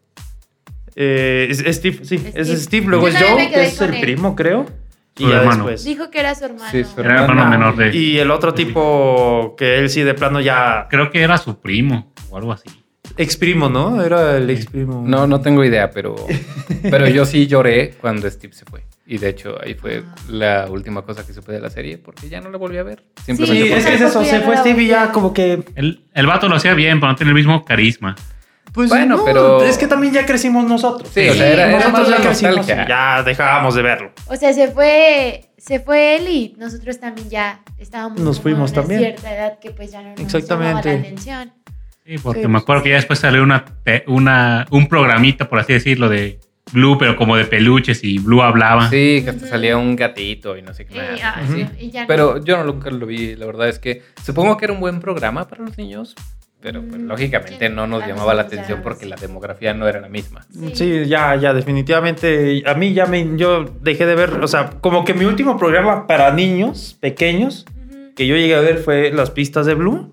Eh, es, es Steve, sí, Steve. es Steve. Luego Yo es también Joe, me quedé que es con el él. primo, creo. Y Su ya hermano. después. Dijo que era su hermano. Sí, su Era el hermano Ah, menor de... Y el otro tipo que él sí de plano ya. Creo que era su primo o algo así. Ex primo, ¿no? Era el ex primo. No, no tengo idea, pero, pero yo sí lloré cuando Steve se fue. Y de hecho, ahí fue la última cosa que supe de la serie, porque ya no la volví a ver. Simplemente Sí, porque- es que es eso. Se fue Steve y ya como que. El, el vato lo hacía bien, pero no tiene el mismo carisma. Pues Bueno, no, pero- es que también ya crecimos nosotros. Sí, o sea, era, era Nosotros más la ya crecimos y nostalgia. ya dejábamos de verlo. O sea, se fue, se fue él y nosotros también ya estábamos Nos como fuimos a una también. cierta edad que pues ya no nos Exactamente. llamaba la atención. Sí, porque Sí. me acuerdo que ya después salió una, te- una, un programita, por así decirlo, de Blue, pero como de peluches y Blue hablaba. Sí, que hasta salía un gatito y no sé qué Y, más. ah, Sí. y ya no. Pero yo no, nunca lo vi, la verdad es que supongo que era un buen programa para los niños, pero pues, Mm, lógicamente sí, no nos a llamaba la nosotros ya atención no. porque la demografía no era la misma. Sí. Sí, ya, ya, definitivamente. A mí ya me. Yo dejé de ver. O sea, como que mi último programa para niños pequeños Ujú. que yo llegué a ver fue Las Pistas de Blue.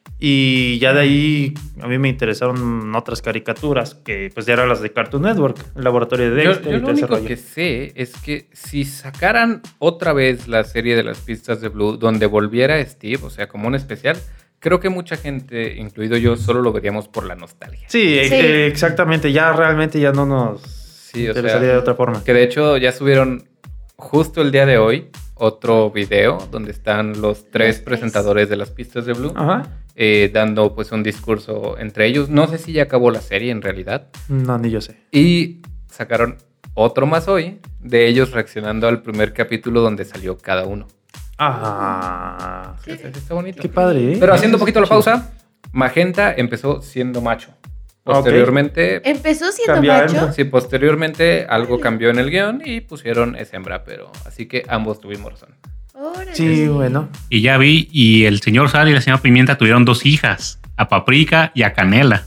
Y ya de ahí a mí me interesaron otras caricaturas que pues ya eran las de Cartoon Network, el laboratorio de Yo, Dexter yo y lo todo ese único rollo. que sé es que si sacaran otra vez la serie de las pistas de Blue donde volviera Steve, o sea, como un especial, creo que mucha gente, incluido yo, solo lo veríamos por la nostalgia. Sí, Sí. eh, exactamente. Ya realmente ya no nos Sí, o interesaría sea, de otra forma. que de hecho ya subieron justo el día de hoy otro video donde están los tres tres. presentadores de las pistas de Blue Ajá. eh, dando pues un discurso entre ellos. No sé si ya acabó la serie en realidad. No, ni yo sé. Y sacaron otro más hoy de ellos reaccionando al primer capítulo donde salió cada uno. Ah. Sí. Está, está bonito. Qué padre, ¿eh? Pero haciendo un poquito la Sí. pausa, Magenta empezó siendo macho. Ok. Posteriormente, Empezó siendo Cambió a macho. hembra. sí, posteriormente algo cambió en el guión y pusieron es hembra, pero así que ambos tuvimos razón. Órale. Sí, bueno. Y ya vi, y el señor Sal y la señora Pimienta tuvieron dos hijas, a Paprika y a Canela.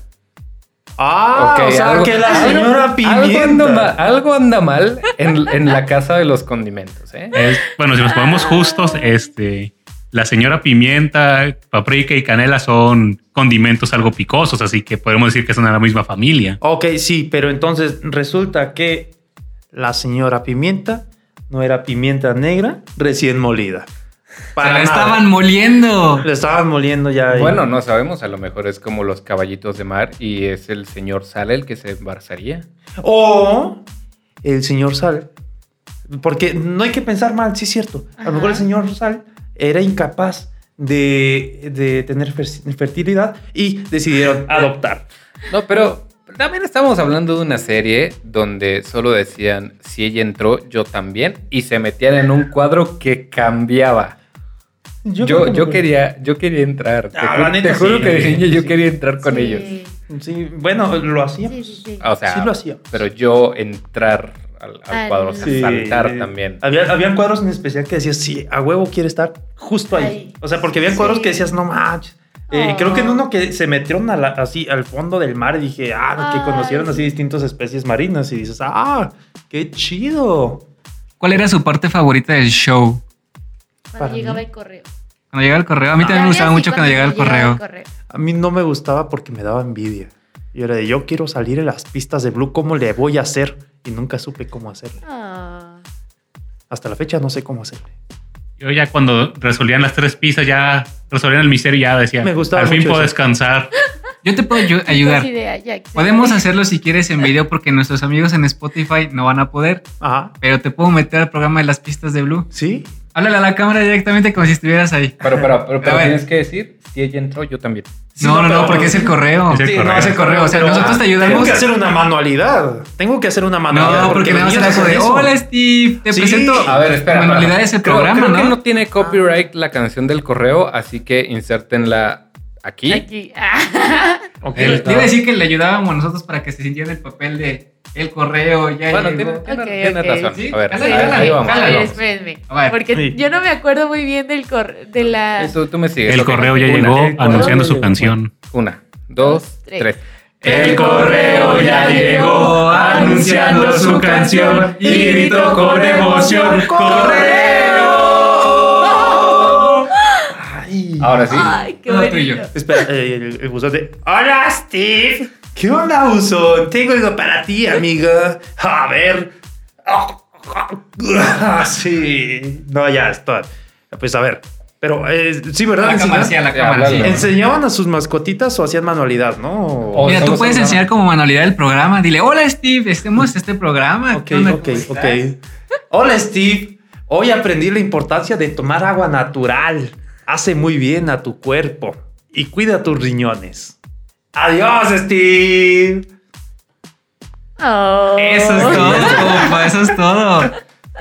Ah, Ok, o sea algo- que la algo- señora Algo anda, Pimienta. ma- algo anda mal en, en la casa de los condimentos, ¿eh? Es- bueno, si nos ponemos justos, este, la señora Pimienta, Paprika y Canela son condimentos algo picosos, así que podemos decir que son de la misma familia. Ok, sí, pero entonces resulta que la señora Pimienta no era pimienta negra recién molida. Se Para la nada. estaban moliendo. Le estaban moliendo ya. ahí. Bueno, no sabemos, a lo mejor es como los caballitos de mar y es el señor Sal el que se embarazaría. O el señor Sal. Porque no hay que pensar mal, sí es cierto. A lo mejor el Ajá. señor Sal era incapaz de, de tener fer- fertilidad y decidieron adoptar. No, pero también estamos hablando de una serie donde solo decían si ella entró, yo también, y se metían en un cuadro que cambiaba. Yo, creo yo, que no- quería, yo quería entrar. Te, Ah, ju- la neta te juro sí. que de niño yo Sí. quería entrar con Sí. ellos. Sí, bueno, lo hacíamos. Sí, sí, sí. O sea, Sí lo hacía. pero yo entrar al, al Al- cuadro, o sea, Sí. saltar también. Había, habían cuadros en especial que decías, sí, a huevo quiere estar justo ahí. Ahí. O sea, porque había Sí. cuadros que decías, no manches. Eh, Oh. Creo que en uno que se metieron a la- así al fondo del mar y dije, ah, que Ay. conocieron así distintas especies marinas y dices, ah, qué chido. ¿Cuál era su parte favorita del show? Cuando Para llegaba mí. el correo. Cuando llegaba el correo. A mí también Ya me vi gustaba así mucho cuando llegaba el correo. A mí no me gustaba porque me daba envidia. Y era de, yo quiero salir en las pistas de Blue, ¿cómo le voy a hacer? Y nunca supe cómo hacerle. Ah. Hasta la fecha no sé cómo hacerle. Yo ya cuando resolvían las tres pistas, ya resolvían el misterio y ya decía, Me gustaba al fin mucho puedo eso. descansar. Yo te puedo ayu- ayudar. Dos ideas, ya, Podemos hacerlo si quieres en video porque nuestros amigos en Spotify no van a poder. Ajá. Pero te puedo meter al programa de las pistas de Blue. ¿Sí? Háblale a la cámara directamente como si estuvieras ahí. Pero, pero, pero, pero A ver. tienes que decir, si ella entró, yo también. Sí, no, no, no, no, pero- porque es el correo. Es el Sí, correo. no, Es el correo. O sea, pero- nosotros te ayudamos. Tengo que hacer una manualidad. Tengo que hacer una manualidad. No, porque nada más ellos era eso hacen de, eso. hola Steve, te Sí. presento A ver, espera. manualidades del Creo- programa, creo que ¿no? no tiene copyright la canción del correo, así que insértenla aquí. Aquí. Ah. Ok. Él- te iba a decir que le ayudábamos nosotros para que se sintiera el papel de el correo, ya Bueno, llegó. tiene, tiene- Ok, tiene ok. razón. Sí, A ver, jala, ahí, jala, ahí vamos. jala. A ahí ver, vamos. espérenme. A ver. Porque Sí. yo no me acuerdo muy bien del cor de la. Eso, tú me sigues. El ok. correo ya Una, llegó el correo anunciando ya su llegó. canción. Una, dos, Dos, tres. tres. El correo ya llegó anunciando su canción y gritó con emoción, ¡correo! Ay. Ahora sí. Ay, qué No, bonito. tú y yo. Espera, eh, el, el buzón de. Hola, Steve. ¿Qué onda, buzón? Tengo algo para ti, amiga. A ver. Ah, sí. No, ya está. Pues a ver. Pero eh, sí, ¿verdad? La cámara, Enseñaban- sí, a la Ya, cámara, sí. háblale. ¿Enseñaban a sus mascotitas o hacían manualidad, no? O- Mira, tú solo puedes saludaba. enseñar como manualidad del programa. Dile, hola Steve, estemos en este programa. Ok, ¿Qué onda? ok, ¿Cómo ok. estás?" Hola, Steve. Hoy aprendí la importancia de tomar agua natural. Hace muy bien a tu cuerpo y cuida tus riñones. Adiós, Steve. Oh. Eso es todo, compa, eso es todo.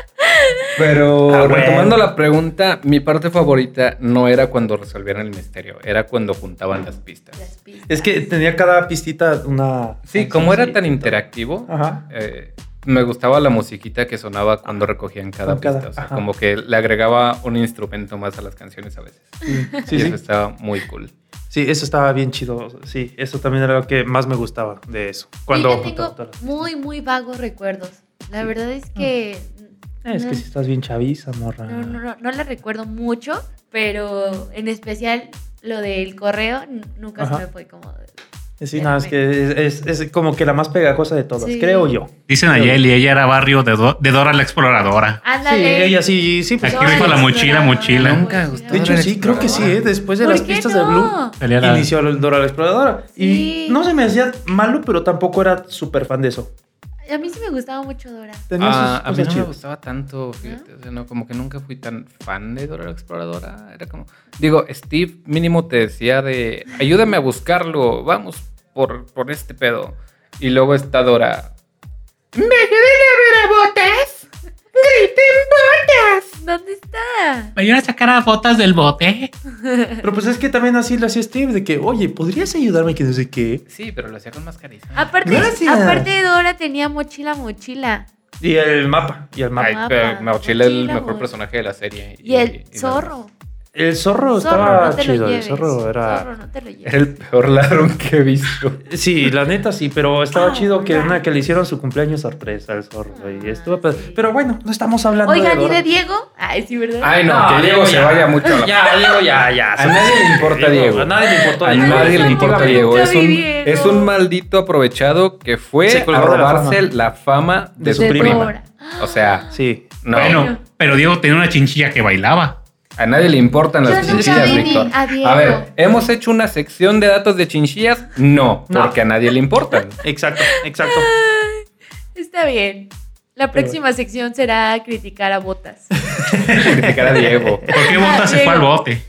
Pero Ah, bueno. retomando la pregunta, mi parte favorita no era cuando resolvieran el misterio, era cuando juntaban las pistas. Las pistas. Es que tenía cada pistita una. Sí, como era tan interactivo, Ajá. eh, me gustaba la musiquita que sonaba cuando recogían cada Con cada- pista. O sea, ajá. como que le agregaba un instrumento más a las canciones a veces. Sí, y sí. eso estaba muy cool. Sí, eso estaba bien chido. Sí, eso también era lo que más me gustaba de eso. Cuando Sí, yo juntaba tengo todas las- muy, muy vagos recuerdos. La verdad es que. Eh, Es no, que si estás bien chaviza, morra. no, no, no, no la recuerdo mucho, pero en especial lo del correo n- nunca Ajá. se me fue como. Sí, nada, es que es, es- es como que la más pegajosa de todas, Sí. creo yo. Dicen a Yeli, ella era barrio de, Do- de Dora la Exploradora. Ándale. Sí, ella sí, sí. Pues, Aquí dijo la mochila, mochila. Nunca gustó. de hecho, sí, creo que sí, ¿eh? Después de ¿Por las qué pistas no? de Blue. Salía la- Inició el Dora la Exploradora. Sí. Y no se me hacía malo, pero tampoco era súper fan de eso. A mí sí me gustaba mucho Dora. Tenía sus Ah, a mí cosas no me chidas. gustaba tanto, fíjate, o sea, no, como que nunca fui tan fan de Dora la Exploradora. Era como, digo, Steve mínimo te decía de, ayúdame a buscarlo, vamos por, por este pedo. Y luego está Dora. ¿Me ayudan a abrir a botas? ¡Griten botas! ¿Dónde está? ¿Me ayudan a sacar a botas del bote? Pero pues es que también así lo hacía Steve, de que, oye, ¿podrías ayudarme que no sé qué? Sí, pero lo hacía con más carisma. Aparte, Gracias. aparte Dora tenía mochila, mochila. Y el mapa, y el mapa. Ay, mapa, pero Mochila es el mochila, mejor mo- personaje de la serie. Y el y nada zorro. más. El zorro, Zorro, estaba no te lo chido, el lleves. zorro era... Zorro, no te lo lleves. Era el peor ladrón que he visto. Sí, la neta sí, pero estaba Ah, chido que right. una que le hicieron su cumpleaños sorpresa al zorro. Y estuvo, pero, pero bueno, no estamos hablando Oigan, de ¿y Dora. de Diego? Ay, sí, ¿verdad? Ay, no, No, que Diego Diego se ya. vaya mucho a la... Ya, Diego, ya, ya. A nadie le importa Diego. A nadie le importó A Diego. nadie le importa Diego. Es un, Diego. es un maldito aprovechado que fue Se a colgó de la robarse fama. la fama de, De su su prima. Dora. O sea, Sí. no. Bueno, pero Diego tenía una chinchilla que bailaba. A nadie le importan Yo las nunca chinchillas, vi Víctor. a Diego. A ver, ¿hemos hecho una sección de datos de chinchillas? No, No. porque a nadie le importan. Exacto, exacto. Está bien. La próxima sección será criticar a Botas. Criticar a Diego. ¿Por qué Botas se fue al bote?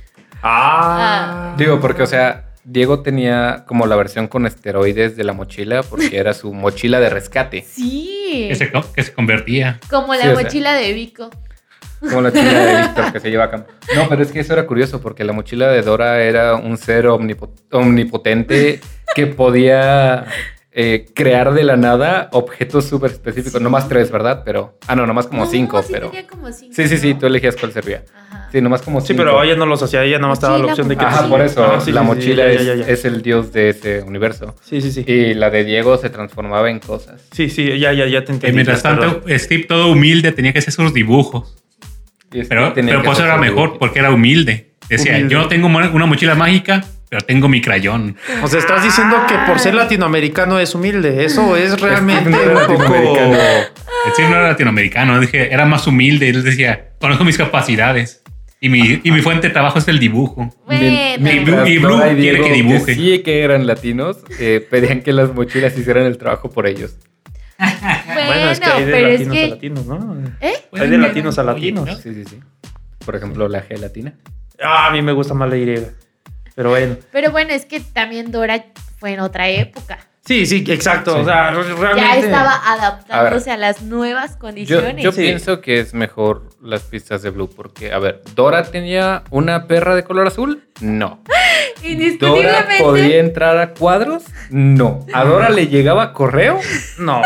Ah. Digo, porque, o sea, Diego tenía como la versión con esteroides de la mochila porque era su mochila de rescate. Sí. Que se, co- que se convertía. Como la Sí, o sea. mochila de Vico. Como la mochila de Víctor que se lleva a campo. No, pero es que eso era curioso porque la mochila de Dora era un ser omnipo- omnipotente que podía eh, crear de la nada objetos súper específicos. Sí. Nomás tres, ¿verdad? Pero. Ah, no, nomás como No, cinco, sí pero. tenía como cinco, Sí, sí, sí, ¿no? tú elegías cuál servía. Ajá. Sí, nomás como Sí, cinco. pero ella no los hacía, ella nada más estaba la Mochila, opción de que... Ajá, sí. por eso. Ah, sí, la sí, sí, mochila ya, es, ya, ya, ya. es el dios de ese universo. Sí, sí, sí. Y la de Diego se transformaba en cosas. Sí, sí, ya, ya, ya te Y entendí. mientras tanto, Steve todo humilde tenía que hacer sus dibujos. Y este Pero, tenía pero que por eso hacer era su mejor, dibujo. porque era humilde. Decía, Humilde. yo no tengo mo- una mochila mágica, pero tengo mi crayón. O sea, estás diciendo que por ser latinoamericano es humilde. Eso es realmente Steve no era un poco... latinoamericano. Steve no era latinoamericano, dije, era más humilde. Él decía, conozco mis capacidades. Y mi, y mi fuente de trabajo es el dibujo. Bueno. Mien- Y Blue- y Blue Dora quiere Diego, que dibuje. sí que eran latinos, eh, pedían que las mochilas hicieran el trabajo por ellos. Bueno, Bueno, es que hay de pero es latinos que... a latinos, ¿no? ¿Eh? Hay de latinos a Oye, latinos. ¿no? Sí, sí, sí. Por ejemplo, la G latina. Ah, a mí me gusta más la Y. Pero bueno. Pero bueno, es que también Dora fue en otra época. Sí, sí, exacto. Sí. O sea, realmente... Ya estaba adaptándose A a, las nuevas Yo, condiciones. yo Sí. pienso que es mejor las pistas de Blue porque, a ver, ¿Dora tenía una perra de color azul? No. ¿Dora Indiscutiblemente, podía entrar a cuadros? No. ¿A Dora le llegaba correo? No.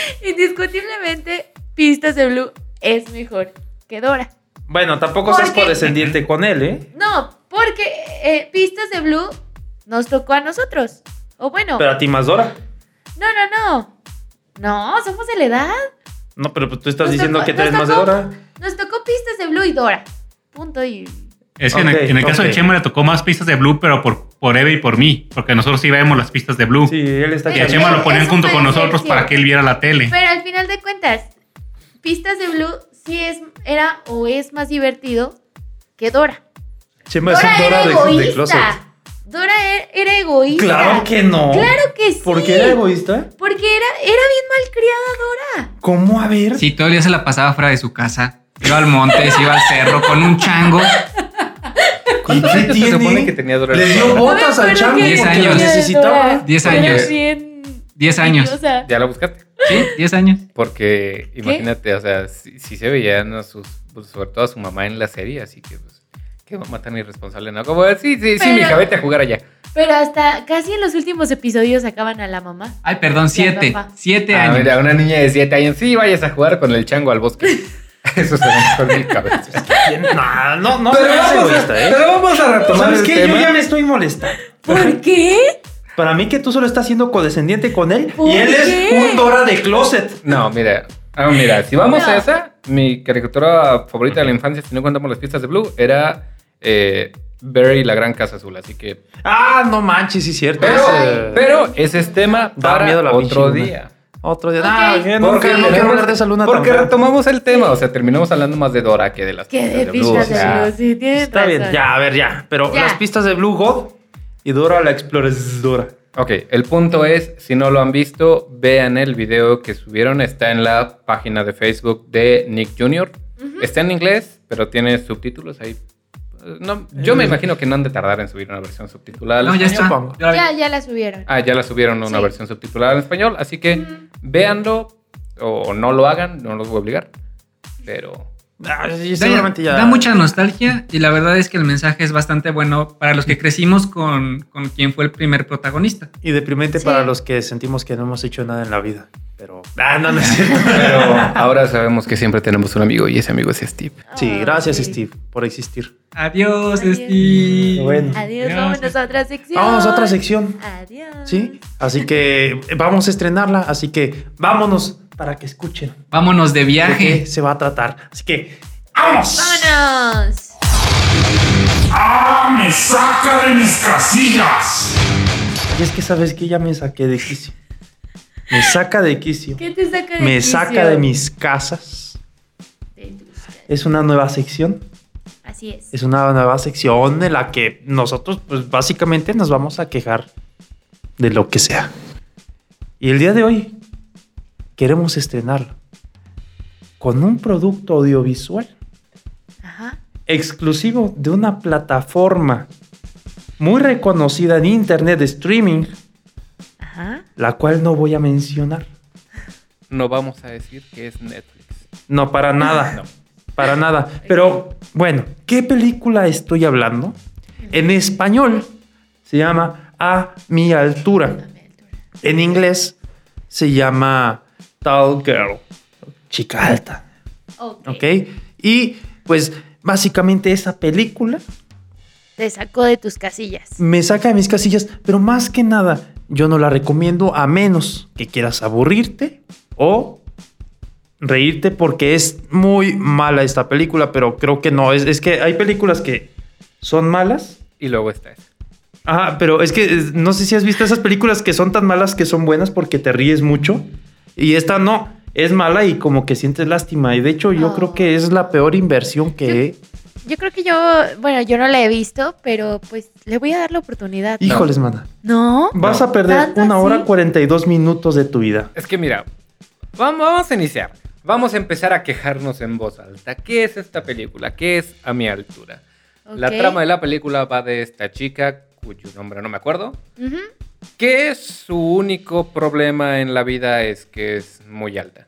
indiscutiblemente, Pistas de Blue es mejor que Dora. Bueno, tampoco seas Porque- condescendiente con él, ¿eh? No, porque eh, Pistas de Blue nos tocó a nosotros. O bueno, Pero a ti más Dora. no, no, no. No, somos de la edad. No, pero pues tú estás Nos diciendo tocó- que tú eres nos más de tocó- Dora. Nos tocó Pistas de Blue y Dora. Punto y... Es que en el, Ok, en el caso ok. de Chema le tocó más pistas de Blue, pero por, por Eve y por mí. Porque nosotros sí vemos las pistas de Blue. Sí, él está Y a Eso Chema lo ponían puede junto con ser nosotros para cierto. que él viera la tele. Pero al final de cuentas, Pistas de Blue sí es, era o es más divertido que Dora. Chema Dora, es un era Dora de, de closet. egoísta. Dora era, era egoísta. Claro que no. Claro que sí. ¿Por qué era egoísta? Porque era, era bien malcriada Dora. ¿Cómo? A ver. Sí, todo el día se la pasaba fuera de su casa. Iba al monte, se iba al cerro con un chango. ¿Cuántos qué años se tiene? supone que tenía Dora? Le dio botas No me al acuerdo chango qué Diez porque años. lo tenía necesitaba. Dora. Diez Era años. bien Diez años. envidiosa. ¿Ya la buscaste? Sí, diez años. Porque imagínate, o sea, sí, sí se veían a sus, pues, sobre todo a su mamá en la serie, así que pues, qué mamá tan irresponsable, ¿no? Como, sí, sí, sí, Pero- mija, vete a jugar allá. Pero hasta casi en los últimos episodios sacaban a la mamá. Ay, perdón, siete. papá. Siete Ah, años. mira, una niña de siete años, sí, vayas a jugar con el chango al bosque. Eso se me mejor en mi cabeza. No, no, no Pero se me hace vamos, a, egoísta, ¿eh? pero vamos a retomar ¿Sabes el qué? tema. Yo ya me estoy molestando. ¿Por qué? Para mí que tú solo estás siendo condescendiente con él ¿Por y él qué? es un Dora de closet. No, mira, ah, mira, si vamos No. a esa, mi caricatura favorita de la infancia, si no contamos las pistas de Blue, era eh, Barry y la Gran Casa Azul, así que... Ah, no manches, sí es cierto. Pero, Ese- pero ese es tema Da para miedo la otro pinche luna. día. Otro día. Ok. Ah, yo no, Porque, quiero- no quiero hablar de esa luna tan porque fea. retomamos el tema, o sea, terminamos hablando más de Dora que de las Que de Blue, Pistas o de sea, Blue, sí, tienes Está bien, razón. ya, a ver, ya. Pero Ya. las pistas de Blue God y Dora la Exploradora. Ok, el punto es, si no lo han visto, vean el video que subieron, está en la página de Facebook de Nick junior Está en inglés, pero tiene subtítulos ahí. No, yo me imagino que no han de tardar en subir una versión subtitulada. al No, ya español. está. pongo. Ya la vi. Ya, ya la subieron. Ah, ya la subieron una Sí. versión subtitulada en español, así que véanlo o no lo hagan, no los voy a obligar. Pero Ah, sí, Da, seguramente ya. da mucha nostalgia y la verdad es que el mensaje es bastante bueno para los que crecimos con, con quien fue el primer protagonista. Y deprimente Sí. para los que sentimos que no hemos hecho nada en la vida. Pero. Ah, no, no es cierto. Pero ahora sabemos que siempre tenemos un amigo y ese amigo es Steve. Sí, Ah, gracias, sí. Steve, por existir. Adiós, Adiós. Steve. Bueno. Adiós, Adiós. vámonos a otra sección. Vamos a otra sección. Adiós. ¿Sí? Así que vamos a estrenarla. Así que vámonos para que escuchen Vámonos de de qué viaje. se va a tratar. Así que. ¡Vamos! ¡Vámonos! ¡Ah, me saca de mis casillas! Y es que sabes que ya me saqué de quicio. Me saca de quicio. ¿Qué te saca de Me quicio? saca de mis casas. De tus casas. Es una nueva sección. Así es. Es una nueva sección en la que nosotros, pues básicamente nos vamos a quejar de lo que sea. Y el día de hoy queremos estrenarlo con un producto audiovisual Ajá. exclusivo de una plataforma muy reconocida en internet de streaming, Ajá. la cual no voy a mencionar. No vamos a decir que es Netflix. No, para nada. No. Para nada. Pero, bueno, ¿qué película estoy hablando? En español se llama A mi altura. En inglés se llama Tall Girl, chica alta. Ok. ¿Ok? Y pues básicamente esa película Te sacó de tus casillas. me saca de mis casillas, pero más que nada yo no la recomiendo a menos que quieras aburrirte o reírte porque es muy mala esta película, pero creo que no, es, es que hay películas que son malas. Y luego está esa. Ajá, pero es que eh, no sé si has visto esas películas que son tan malas que son buenas porque te ríes mucho. Y esta no, es mala y como que sientes lástima. Y de hecho yo Oh. creo que es la peor inversión que he. Yo creo que yo, bueno, yo no la he visto, pero pues le voy a dar la oportunidad. Híjoles, mana. ¿No? Vas No. a perder ¿Tanto una hora así? cuarenta y dos minutos de tu vida. Es que mira, vamos, vamos a iniciar. Vamos a empezar a quejarnos en voz alta. ¿Qué es esta película? ¿Qué es A mi altura? La Ok. trama de la película va de esta chica, cuyo nombre no me acuerdo, Ujú. que su único problema en la vida es que es muy alta.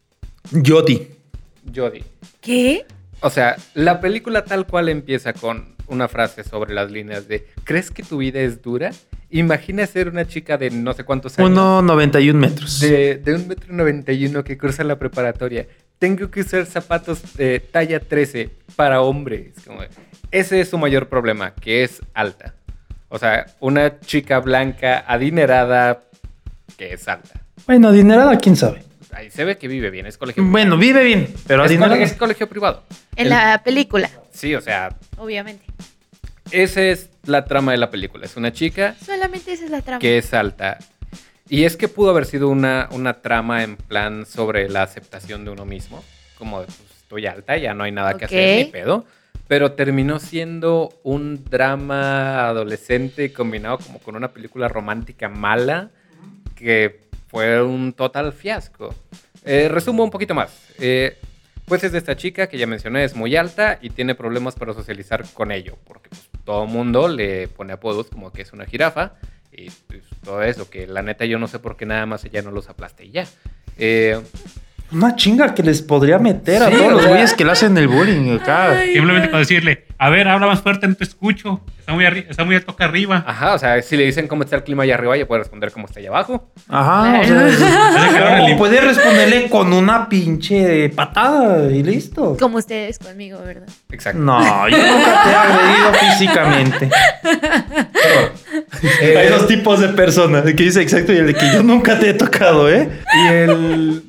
Jodie. Jodie. ¿Qué? O sea, la película tal cual empieza con una frase sobre las líneas de ¿crees que tu vida es dura? Imagina ser una chica de no sé cuántos años. uno noventa y uno metros. De, de un metro noventa y uno que cursa la preparatoria. Tengo que usar zapatos de talla trece para hombres. Como, ese es su mayor problema, que es alta. O sea, una chica blanca, adinerada, que es alta. Bueno, adinerada, quién sabe. Ahí se ve que vive bien, es colegio Bueno, vive bien, pero es, adinerada. cole- es colegio privado. En El- la película, Sí, o sea, obviamente. esa es la trama de la película. Es una chica Solamente esa es la trama. que es alta. Y es que pudo haber sido una, una trama en plan sobre la aceptación de uno mismo. Como de, pues, estoy alta, ya no hay nada que Ok. hacer, ni pedo. Pero terminó siendo un drama adolescente combinado como con una película romántica mala que fue un total fiasco. Eh, resumo un poquito más. Eh, pues es de esta chica que ya mencioné, es muy alta y tiene problemas para socializar con ello, porque pues, todo el mundo le pone apodos como que es una jirafa y pues, todo eso, que la neta yo no sé por qué nada más ella no los aplaste y ya. Eh, Una chinga que les podría meter a Sí, todos o los sea- güeyes que le hacen el bullying acá. Simplemente con decirle, a ver, habla más fuerte, no te escucho. Está muy, arri- está muy alto acá arriba. ajá, o sea, si le dicen cómo está el clima allá arriba, ella puede responder cómo está allá abajo. Ajá, o sea, o puede responderle con una pinche patada y listo. Como ustedes conmigo, ¿verdad? Exacto. No, yo nunca te he agredido físicamente. Eh, Hay dos tipos de personas, el que dice exacto y el de que yo nunca te he tocado, ¿eh? Y el...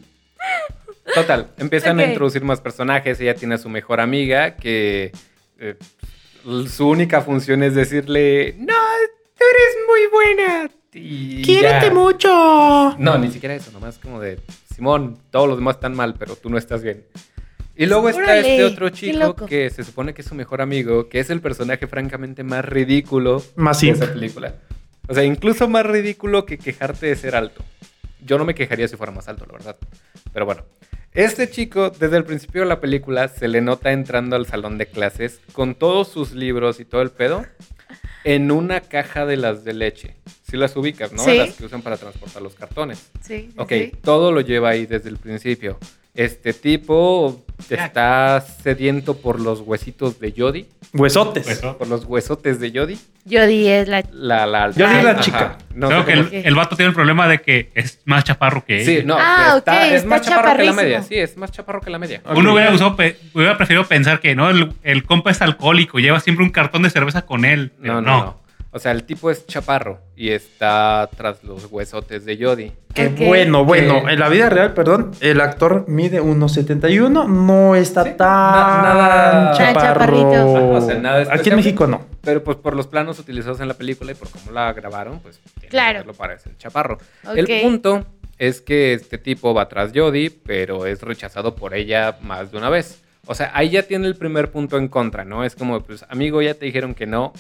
Total, empiezan Ok. a introducir más personajes. Ella tiene a su mejor amiga que eh, su única función es decirle, no, tú eres muy buena. Y ¡Quiérete ya. mucho! No, ni siquiera eso, nomás como de, Simón, todos los demás están mal, pero tú no estás bien. Y luego está Órale, este otro qué chico loco. que se supone que es su mejor amigo, que es el personaje francamente más ridículo Más de simp. esa película. O sea, incluso más ridículo que quejarte de ser alto. Yo no me quejaría si fuera más alto, la verdad. Pero bueno, este chico, desde el principio de la película, se le nota entrando al salón de clases con todos sus libros y todo el pedo en una caja de las de leche. Si las ubicas, ¿no? Sí. Las que usan para transportar los cartones. Sí. Ok, sí. todo lo lleva ahí desde el principio. Este tipo está sediento por los huesitos de Jodie, Huesotes. Pues, ¿no? por los huesotes de Jodie. Jodie es la... La, la, Jodie es la ajá. chica. No Creo sé que cómo- el, el vato tiene el problema de que es más chaparro que Sí, ella. no, Ah, está, ok, es está más chaparro que la chaparrísimo. media. Sí, es más chaparro que la media. Uno hubiera, usado, pe- hubiera preferido pensar que no, el, el compa es alcohólico, lleva siempre un cartón de cerveza con él. No, Pero no, no. O sea, el tipo es chaparro y está tras los huesotes de Jodie. Qué Ok. bueno, bueno. Que- En la vida real, perdón, el actor mide uno setenta y uno, no está Sí, tan na- nada- Tan chaparrito. chaparro. O sea, nada Aquí especial. en México no. Pero pues por los planos utilizados en la película y por cómo la grabaron, pues tiene Claro. que hacerlo para ese chaparro. Ok. El punto es que este tipo va tras Jodie, pero es rechazado por ella más de una vez. O sea, ahí ya tiene el primer punto en contra, ¿no? Es como, pues, amigo, ya te dijeron que no,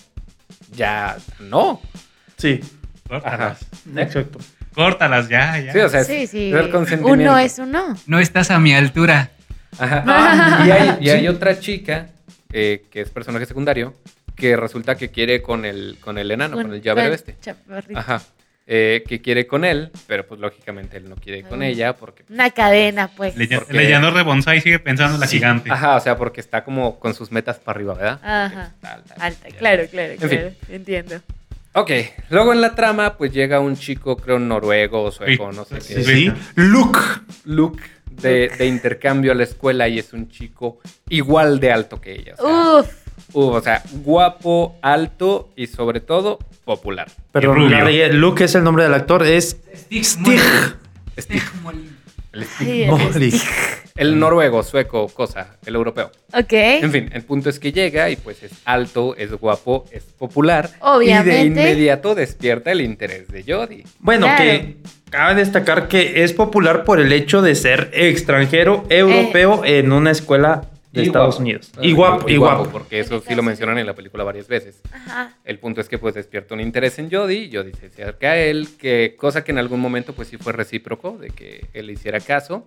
ya no. Sí, Córtalas. ¿Eh? exacto. Córtalas ya, ya. Sí, o sea, Sí, es- sí. es el consentimiento. Uno es uno. No estás a mi altura. Ajá. Ah, y hay, y hay otra chica eh, que es personaje secundario que resulta que quiere con el, con el enano, con, el llavero con este. chaparrito. Ajá. Eh, que quiere con él, pero pues lógicamente él no quiere con Ah. ella porque... Una cadena, pues. Le- porque- El leñador de bonsai sigue pensando en la gigante. Ajá, o sea, porque está como con sus metas para arriba, ¿verdad? Ajá. Alta, alta, Alta, ya. claro, claro, En fin. claro. Entiendo. Ok, luego en la trama, pues llega un chico, creo, noruego o sueco, Sí. no sé qué. Sí. Sí. Luke. Luke de, de intercambio a la escuela y es un chico igual de alto que ella. O sea, Uf. uh, o sea, guapo, alto y sobre todo popular. Perdón, rubio. la regué. Luke es el nombre del actor. Es Stig. Steve, el, Ay, el Molly. el noruego, sueco, cosa, el europeo. Ok. En fin, el punto es que llega y pues es alto, es guapo, es popular. Obviamente. Y de inmediato despierta el interés de Jodie. Bueno, Claro. que cabe destacar que es popular por el hecho de ser extranjero europeo en una escuela de Y Estados guapo. Unidos. Y guapo, y guapo. Porque eso sí lo mencionan en la película varias veces. Ajá. El punto es que pues despierta un interés en Jodie, Jodie se acerca a él, que, cosa que en algún momento pues sí fue recíproco, de que él le hiciera caso.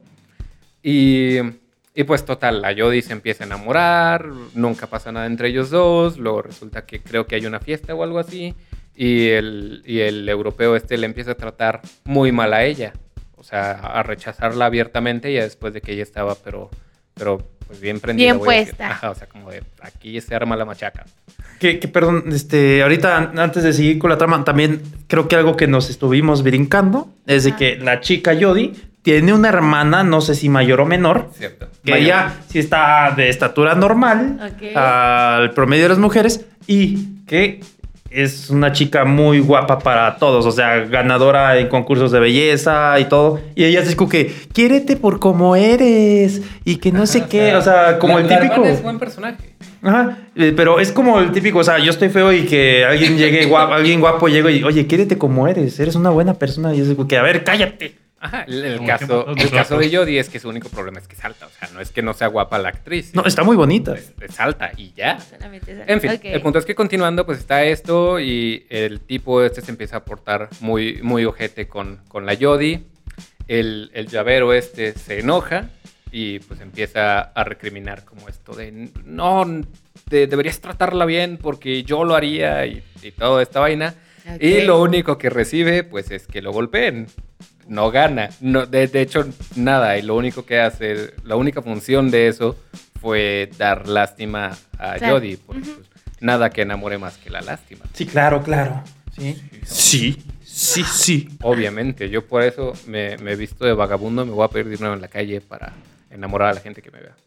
Y, y pues total, la Jodie se empieza a enamorar, nunca pasa nada entre ellos dos, luego resulta que creo que hay una fiesta o algo así, y el, y el europeo este le empieza a tratar muy mal a ella, o sea, a rechazarla abiertamente ya después de que ella estaba, pero, pero pues bien prendida. Bien voy a decir. puesta. Ajá, o sea, como de aquí se arma la machaca. Que, que, perdón, este, ahorita an- antes de seguir con la trama, también creo que algo que nos estuvimos brincando es de Ajá. que la chica Jodie tiene una hermana, no sé si mayor o menor, Cierto. que Mayor. ella sí está de estatura normal Ok. al promedio de las mujeres y que es una chica muy guapa para todos, o sea, ganadora en concursos de belleza y todo. Y ella es como que, quiérete por como eres y que no sé Ajá, qué, sea, o sea, como la- el la típico... hermana es buen personaje. Ajá, eh, pero es como el típico, o sea, yo estoy feo y que alguien llegue guapo, alguien guapo llegue y, oye, quiérete como eres, eres una buena persona. Y es como que, a ver, cállate. Ajá, el, el Como caso, ejemplo, el nosotros. caso de Jodie es que su único problema es que es alta. O sea, no es que no sea guapa la actriz. No, está muy bonita. es, es alta y ya. Solamente esa. En fin, Ok. el punto es que continuando, pues está esto y el tipo este se empieza a portar muy, muy ojete con, con la Jodie. El, el llavero este se enoja y pues empieza a recriminar como esto de no, de- deberías tratarla bien porque yo lo haría y, y toda esta vaina. Ok. Y lo único que recibe, pues, es que lo golpeen. No gana. No, de, de hecho, nada. Y lo único que hace, la única función de eso fue dar lástima a Claro. Jodie. Porque pues, nada que enamore más que la lástima. Sí, claro, claro. Sí, sí, sí, sí. Obviamente, yo por eso me, me he visto de vagabundo. Me voy a pedir dinero en la calle para enamorar a la gente que me vea.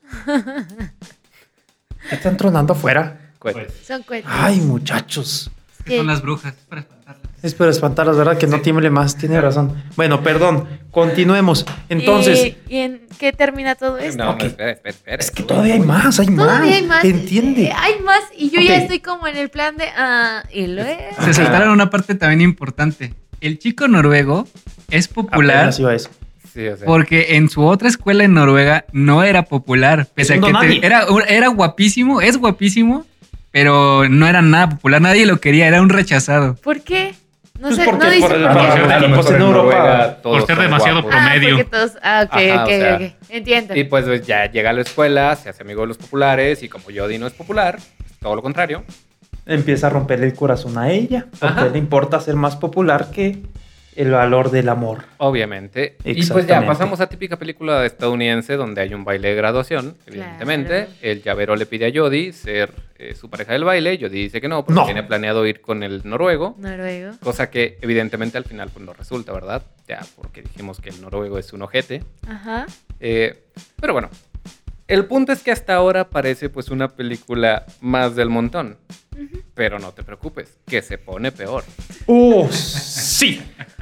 ¿Qué están tronando afuera? Cohetes. Son cuentos. Ay, muchachos. Que son las brujas, es para espantarlas. Es para espantarlas, ¿verdad? Que no tiemble más. Tiene razón. Bueno, perdón. Continuemos. Entonces, ¿Y, y en qué termina todo esto? No, Ok. no, espera, espera, espera. es que todavía hay más, hay más. Todavía hay más. Entiende. Eh, Hay más y yo Ok. ya estoy como en el plan de... Ah, y luego... Se saltaron una parte también importante. El chico noruego es popular Apenas iba a eso. Sí, o sea, porque en su otra escuela en Noruega no era popular. Pese a Es un que don te- nadie. era, era guapísimo, es guapísimo, pero no era nada popular. Nadie lo quería, era un rechazado. ¿Por qué? No Pues sé, porque no dice por por, el- qué. por- a lo pues mejor en Europa, Noruega todos por ser son demasiado guapos. Ah, promedio. porque todos... Ah, ok, Ajá, ok, o sea, ok. Entiendo. Y pues, pues, ya llega a la escuela, se hace amigo de los populares y como Jodie no es popular, todo lo contrario. Empieza a romperle el corazón a ella. Porque Ajá. le importa ser más popular que el valor del amor. Obviamente. Y pues ya Exactamente. pasamos a típica película estadounidense donde hay un baile de graduación, evidentemente. Claro. El llavero le pide a Jodie ser eh, su pareja del baile. Jodie dice que no, porque No. tiene planeado ir con el noruego. Noruego. Cosa que evidentemente al final pues no resulta, ¿verdad? Ya, porque dijimos que el noruego es un ojete. Ajá. Eh, pero bueno, el punto es que hasta ahora parece pues una película más del montón. Pero no te preocupes, que se pone peor. ¡Uh! Sí.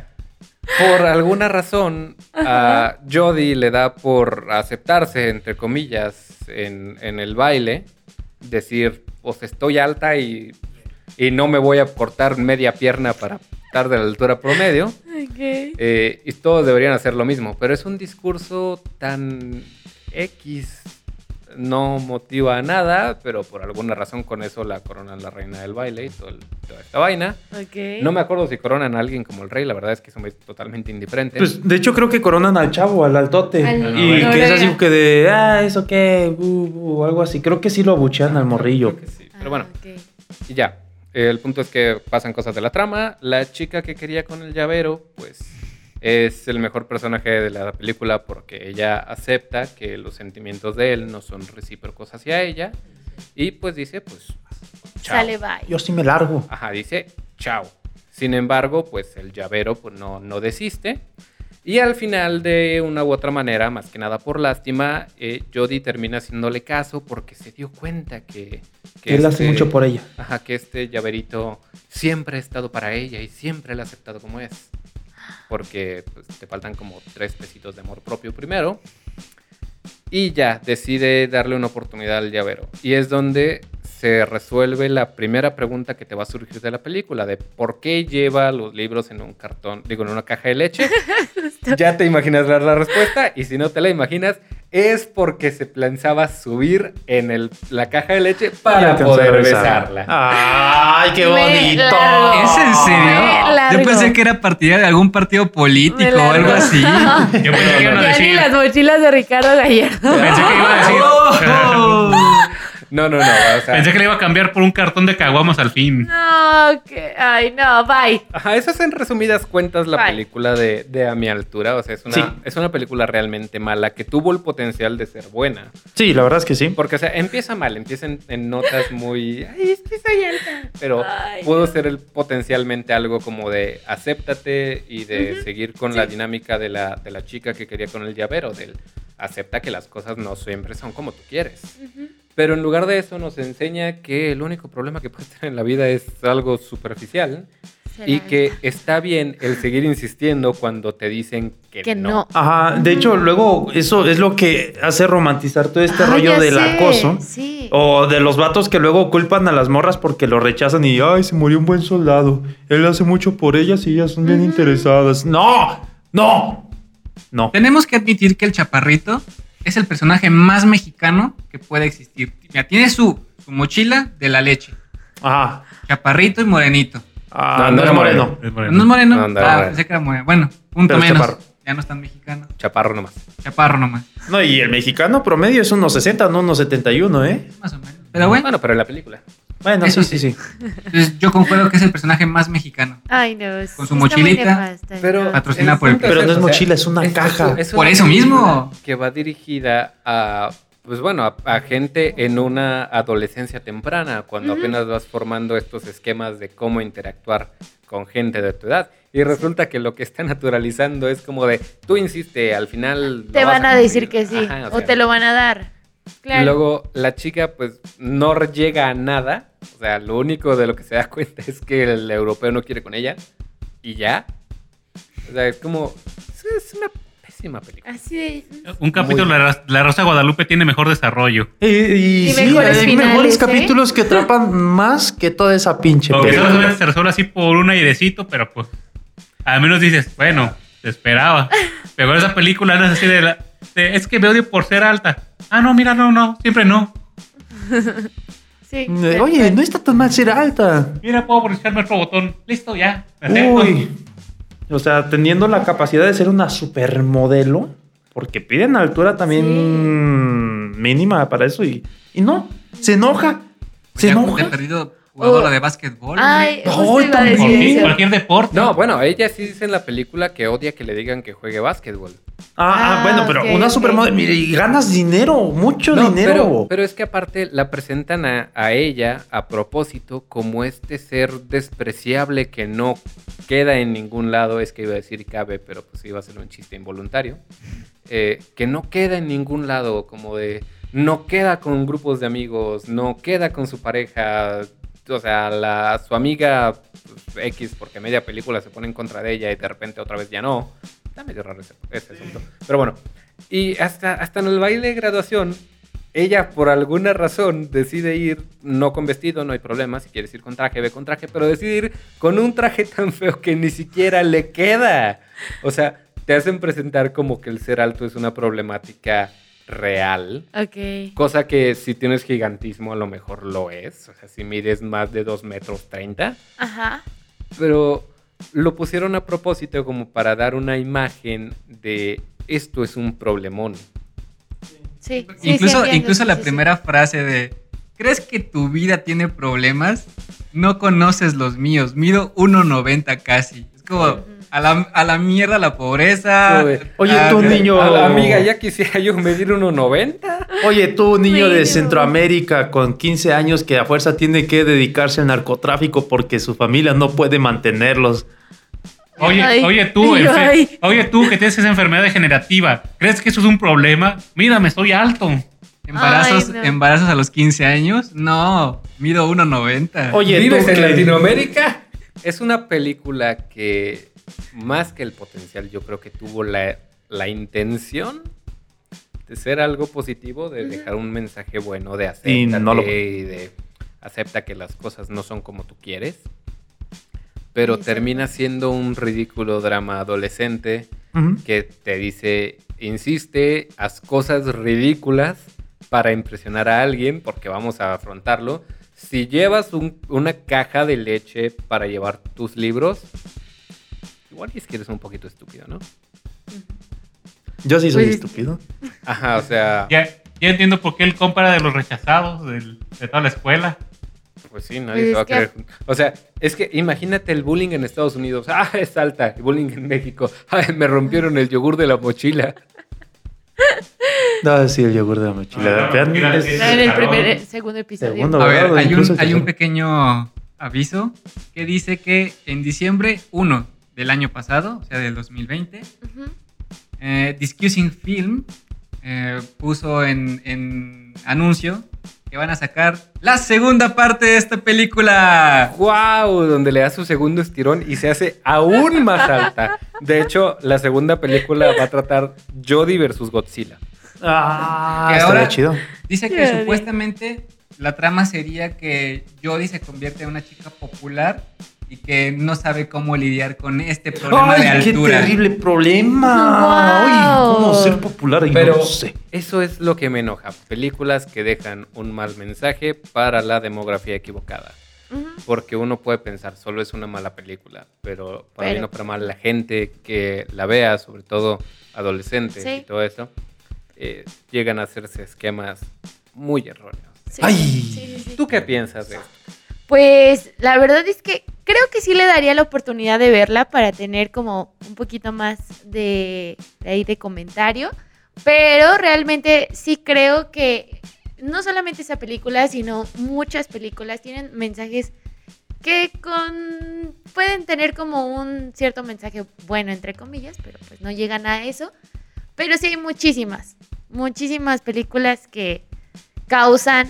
Por alguna razón, a Jodie le da por aceptarse, entre comillas, en, en el baile, decir, pues estoy alta y, y no me voy a cortar media pierna para estar de la altura promedio. Ok. Eh, y todos deberían hacer lo mismo, pero es un discurso tan X, no motiva a nada, pero por alguna razón con eso la coronan la reina del baile y todo el- toda esta vaina. Ok. No me acuerdo si coronan a alguien como el rey, la verdad es que es un país totalmente indiferente. Pues de hecho creo que coronan al chavo, al altote. Al y Noruega. que es así que de, ah, eso qué, uh, uh, algo así. Creo que sí lo abuchean al morrillo. Creo que sí, Ah, pero bueno, ok. y ya. El punto es que pasan cosas de la trama. La chica que quería con el llavero, pues es el mejor personaje de la película porque ella acepta que los sentimientos de él no son recíprocos hacia ella. Y pues dice, pues, chao. Sale, bye. Yo sí me largo. Ajá, dice, chao. Sin embargo, pues el llavero pues, no, no desiste. Y al final, de una u otra manera, más que nada por lástima, eh, Jodie termina haciéndole caso porque se dio cuenta que... que Él hace mucho por ella. Ajá, que este llaverito siempre ha estado para ella y siempre la ha aceptado como es. Porque pues, te faltan como tres pesitos de amor propio primero. Y ya, decide darle una oportunidad al llavero. Y es donde se resuelve la primera pregunta que te va a surgir de la película, de por qué lleva los libros en un cartón, digo, en una caja de leche. Ya te imaginas la, la respuesta, y si no te la imaginas, es porque se pensaba subir en el, la caja de leche para poder besarla. ¡Ay, qué bonito! ¿Es en serio? Yo pensé que era partidario de algún partido político o algo así. Yo pensé que iban a Ya ni decir. las mochilas de Ricardo Gallardo. Pensé que iba a decir. No, no, no. O sea, Pensé que le iba a cambiar por un cartón de caguamas al fin. No, que... Ay, no, bye. Ajá, eso es en resumidas cuentas la Bye. película de, de A Mi Altura. O sea, es una, Sí. es una película realmente mala que tuvo el potencial de ser buena. Sí, la verdad es que sí. Porque, o sea, empieza mal, empieza en, en notas muy... Ay, es que soy alta. Pero Ay, pudo no. ser el, potencialmente algo como de acéptate y de Ujú, seguir con sí. la dinámica de la, de la chica que quería con el llavero, del acepta que las cosas no siempre son como tú quieres. Ujú. Pero en lugar de eso nos enseña que el único problema que puedes tener en la vida es algo superficial Será y que esta. está bien el seguir insistiendo cuando te dicen que, Que no. no. Ajá, de hecho, luego eso es lo que hace romantizar todo este Ah, rollo ya del sé, acoso. Sí. O de los vatos que luego culpan a las morras porque lo rechazan y, ay, se murió un buen soldado. Él hace mucho por ellas y ellas son bien interesadas. ¡No! ¡No! No. Tenemos que admitir que el Chaparrito es el personaje más mexicano que puede existir. Mira, tiene su, su mochila de la leche. Ajá. Chaparrito y morenito. Ah, No, no, no es es moreno. Es ¿No es moreno. moreno? No, no, ah, no. pensé que era moreno. Bueno, punto Pero es menos. chaparro. Ya no es tan mexicano. Chaparro nomás. Chaparro nomás. No, y el mexicano promedio es unos sesenta, no unos setenta y uno, ¿eh? Más o menos. Pero bueno, Bueno, pero en la película. Bueno, Eso sí, sí, sí. entonces yo concuerdo que es el personaje más mexicano. Ay, no. sí Con su está muy mochilita, nefasta, Pero no. Patrocina el por el- punto Pero no es eso, o sea, mochila, es una caja. es Por una eso película mismo. Que va dirigida a, pues bueno, a, a gente en una adolescencia temprana, cuando apenas vas formando estos esquemas de cómo interactuar con gente de tu edad. Y resulta que lo que está naturalizando es como de, tú insiste, al final... Te lo vas van a decir que conseguir. sí. Ajá, o sea, te lo van a dar. Claro. Y luego la chica pues no llega a nada. O sea, lo único de lo que se da cuenta es que el europeo no quiere con ella. Y ya. O sea, es como... Es una pésima película. Así de... Un capítulo de la, la Rosa de Guadalupe tiene mejor desarrollo. Y, y Y sí, mejores hay finales, mejores ¿eh? capítulos que atrapan más que toda esa pinche Porque película. solamente se resuelve así por un airecito, pero pues al menos dices, bueno, te esperaba. Pero esa película no es así de, la, de, es que me odio por ser alta. Ah, no, mira, no, no, siempre no. Sí. Eh, Oye, no está tan mal ser alta. Mira, puedo pulsarme otro botón. Listo, ya. Perfecto. Uy. O sea, teniendo la capacidad de ser una supermodelo, porque piden altura también mínima para eso y, y no, se enoja. Se Ya enoja. he perdido jugadora Oh. de básquetbol. Ay, No, justo iba a decir Cualquier, eso. cualquier deporte. No, bueno, ella sí dice en la película que odia que le digan que juegue básquetbol. Ah, ah, Ah, bueno, pero ok, una ok. supermodelo, mire, y ganas dinero, mucho No, dinero. Pero, pero es que aparte la presentan a, a ella a propósito como este ser despreciable que no queda en ningún lado. Es que iba a decir cabe, pero pues iba a ser un chiste involuntario. Eh, que no queda en ningún lado, como de no queda con grupos de amigos, no queda con su pareja. O sea, la, su amiga pues, X, porque media película se pone en contra de ella y de repente otra vez ya no. Está medio raro ese, ese asunto. Pero bueno, y hasta, hasta en el baile de graduación, ella por alguna razón decide ir no con vestido, no hay problema. Si quieres ir con traje, ve con traje, pero decide ir con un traje tan feo que ni siquiera le queda. O sea, te hacen presentar como que el ser alto es una problemática real. Ok. Cosa que si tienes gigantismo a lo mejor lo es. O sea, si mides más de dos metros treinta. Ajá. Pero lo pusieron a propósito como para dar una imagen de esto es un problemón. Sí. sí, incluso sí, entiendo, incluso sí, la sí, sí. primera frase de ¿crees que tu vida tiene problemas? No conoces los míos. Mido uno noventa casi. Es como a la, a la mierda la pobreza. Oye, Oye, a- tú, niño. A- amiga, ya quisiera yo medir uno noventa. Oye, tú, niño de Bueno. Centroamérica con quince años que a fuerza tiene que dedicarse al narcotráfico porque su familia no puede mantenerlos. Oye, Ay, oye tú, ay, enfer- ay. oye tú que tienes esa enfermedad degenerativa, ¿crees que eso es un problema? Mírame, soy alto. ¿Embarazos, Ay, no. ¿Embarazos a los quince años? No, mido uno noventa. Oye, ¿Vives tú en que- Latinoamérica? Es una película que, más que el potencial, yo creo que tuvo la, la intención de ser algo positivo, de dejar un mensaje bueno, de acéptate Y no lo- y de acepta que las cosas no son como tú quieres. Pero Exacto. termina siendo un ridículo drama adolescente Ujú. que te dice, insiste, haz cosas ridículas para impresionar a alguien, porque vamos a afrontarlo. Si llevas un- una caja de leche para llevar tus libros, igual es que eres un poquito estúpido, ¿no? Yo sí soy Pues- estúpido. Ajá, o sea, Ya, ya entiendo por qué él compra de los rechazados del- de toda la escuela. pues sí, nadie Pues se va a es que- querer. O sea, es que imagínate el bullying en Estados Unidos. Ah, es alta. El bullying en México. Ay, me rompieron el yogur de la mochila. No, sí, el yogur de la mochila. Ah, Vean, mira, es- es- En el Cabrón. primer, segundo episodio. Segundo. A ver, Abogado, hay un, incluso el hay un tercero. pequeño aviso que dice que en diciembre primero del año pasado, o sea, del dos mil veinte, Ujú. eh, Discussing Film eh, puso en, en anuncio que van a sacar la segunda parte de esta película. ¡Wow! Donde le da su segundo estirón y se hace aún más alta. De hecho, la segunda película va a tratar Jodie versus Godzilla. Ah, Que estaría ahora- chido. Dice que Ya, supuestamente la trama sería que Jodie se convierte en una chica popular y que no sabe cómo lidiar con este problema de ¡Ay, qué altura. terrible problema! Wow. Ay, ¿cómo ser popular? Ay, Pero no sé. eso es lo que me enoja. Películas que dejan un mal mensaje para la demografía equivocada. Ujú. Porque uno puede pensar, solo es una mala película, pero para Pero- bien o para mal, la gente que la vea, sobre todo adolescentes Sí. y todo eso, eh, llegan a hacerse esquemas muy erróneos. Sí, Ay. sí, sí, sí. ¿Tú qué piensas de esto? Pues la verdad es que creo que sí le daría la oportunidad de verla para tener como un poquito más de, de ahí de comentario, pero realmente sí creo que no solamente esa película, sino muchas películas tienen mensajes que con pueden tener como un cierto mensaje bueno entre comillas, pero pues no llegan a eso. Pero sí hay muchísimas, muchísimas películas que causan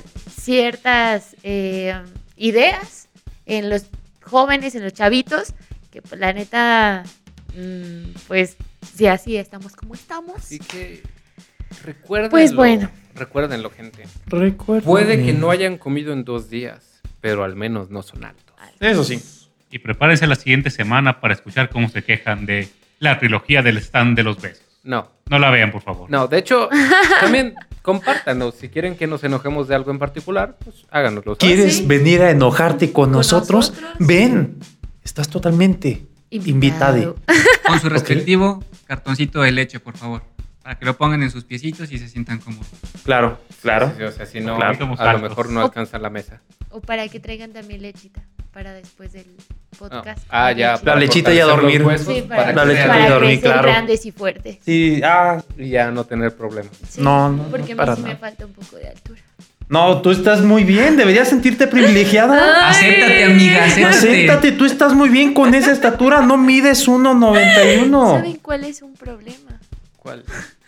ciertas eh, ideas en los jóvenes, en los chavitos, que pues, la neta, mm, pues si así estamos como estamos. Así que recuérdenlo. Pues bueno. Recuérdenlo, gente. Recuerda. Puede que no hayan comido en dos días, pero al menos no son altos. Eso sí. Y prepárense la siguiente semana para escuchar cómo se quejan de la trilogía del stand de los besos. No, No la vean, por favor. no, de hecho, también compártanos. Si quieren que nos enojemos de algo en particular, pues háganoslo saber. ¿Quieres sí. venir a enojarte con, ¿Con nosotros? nosotros? Ven. Estás totalmente invitado. Invitado. Con su respectivo cartoncito de leche, por favor. Para que lo pongan en sus piecitos y se sientan cómodos. Claro, claro. Sí, sí, o sea, si no, Claro. Somos a lo altos. mejor no alcanza la mesa. O para que traigan también lechita para después del podcast. Ah, ya. Lechita. La lechita y a fortalecer los dormir. huesos Sí, para, para, La que lechita sean- y a para dormir, crecer claro. grandes y fuertes. Sí, ah, y ya no tener problemas. Sí, No, no, porque a no, para mí sí me nada. falta un poco de altura. no, tú estás muy bien. Deberías sentirte privilegiada. Acéptate, amiga, acéptate. Acéptate, tú estás muy bien con esa estatura. No mides uno noventa y uno. ¿Saben cuál es un problema? ¿Cuál?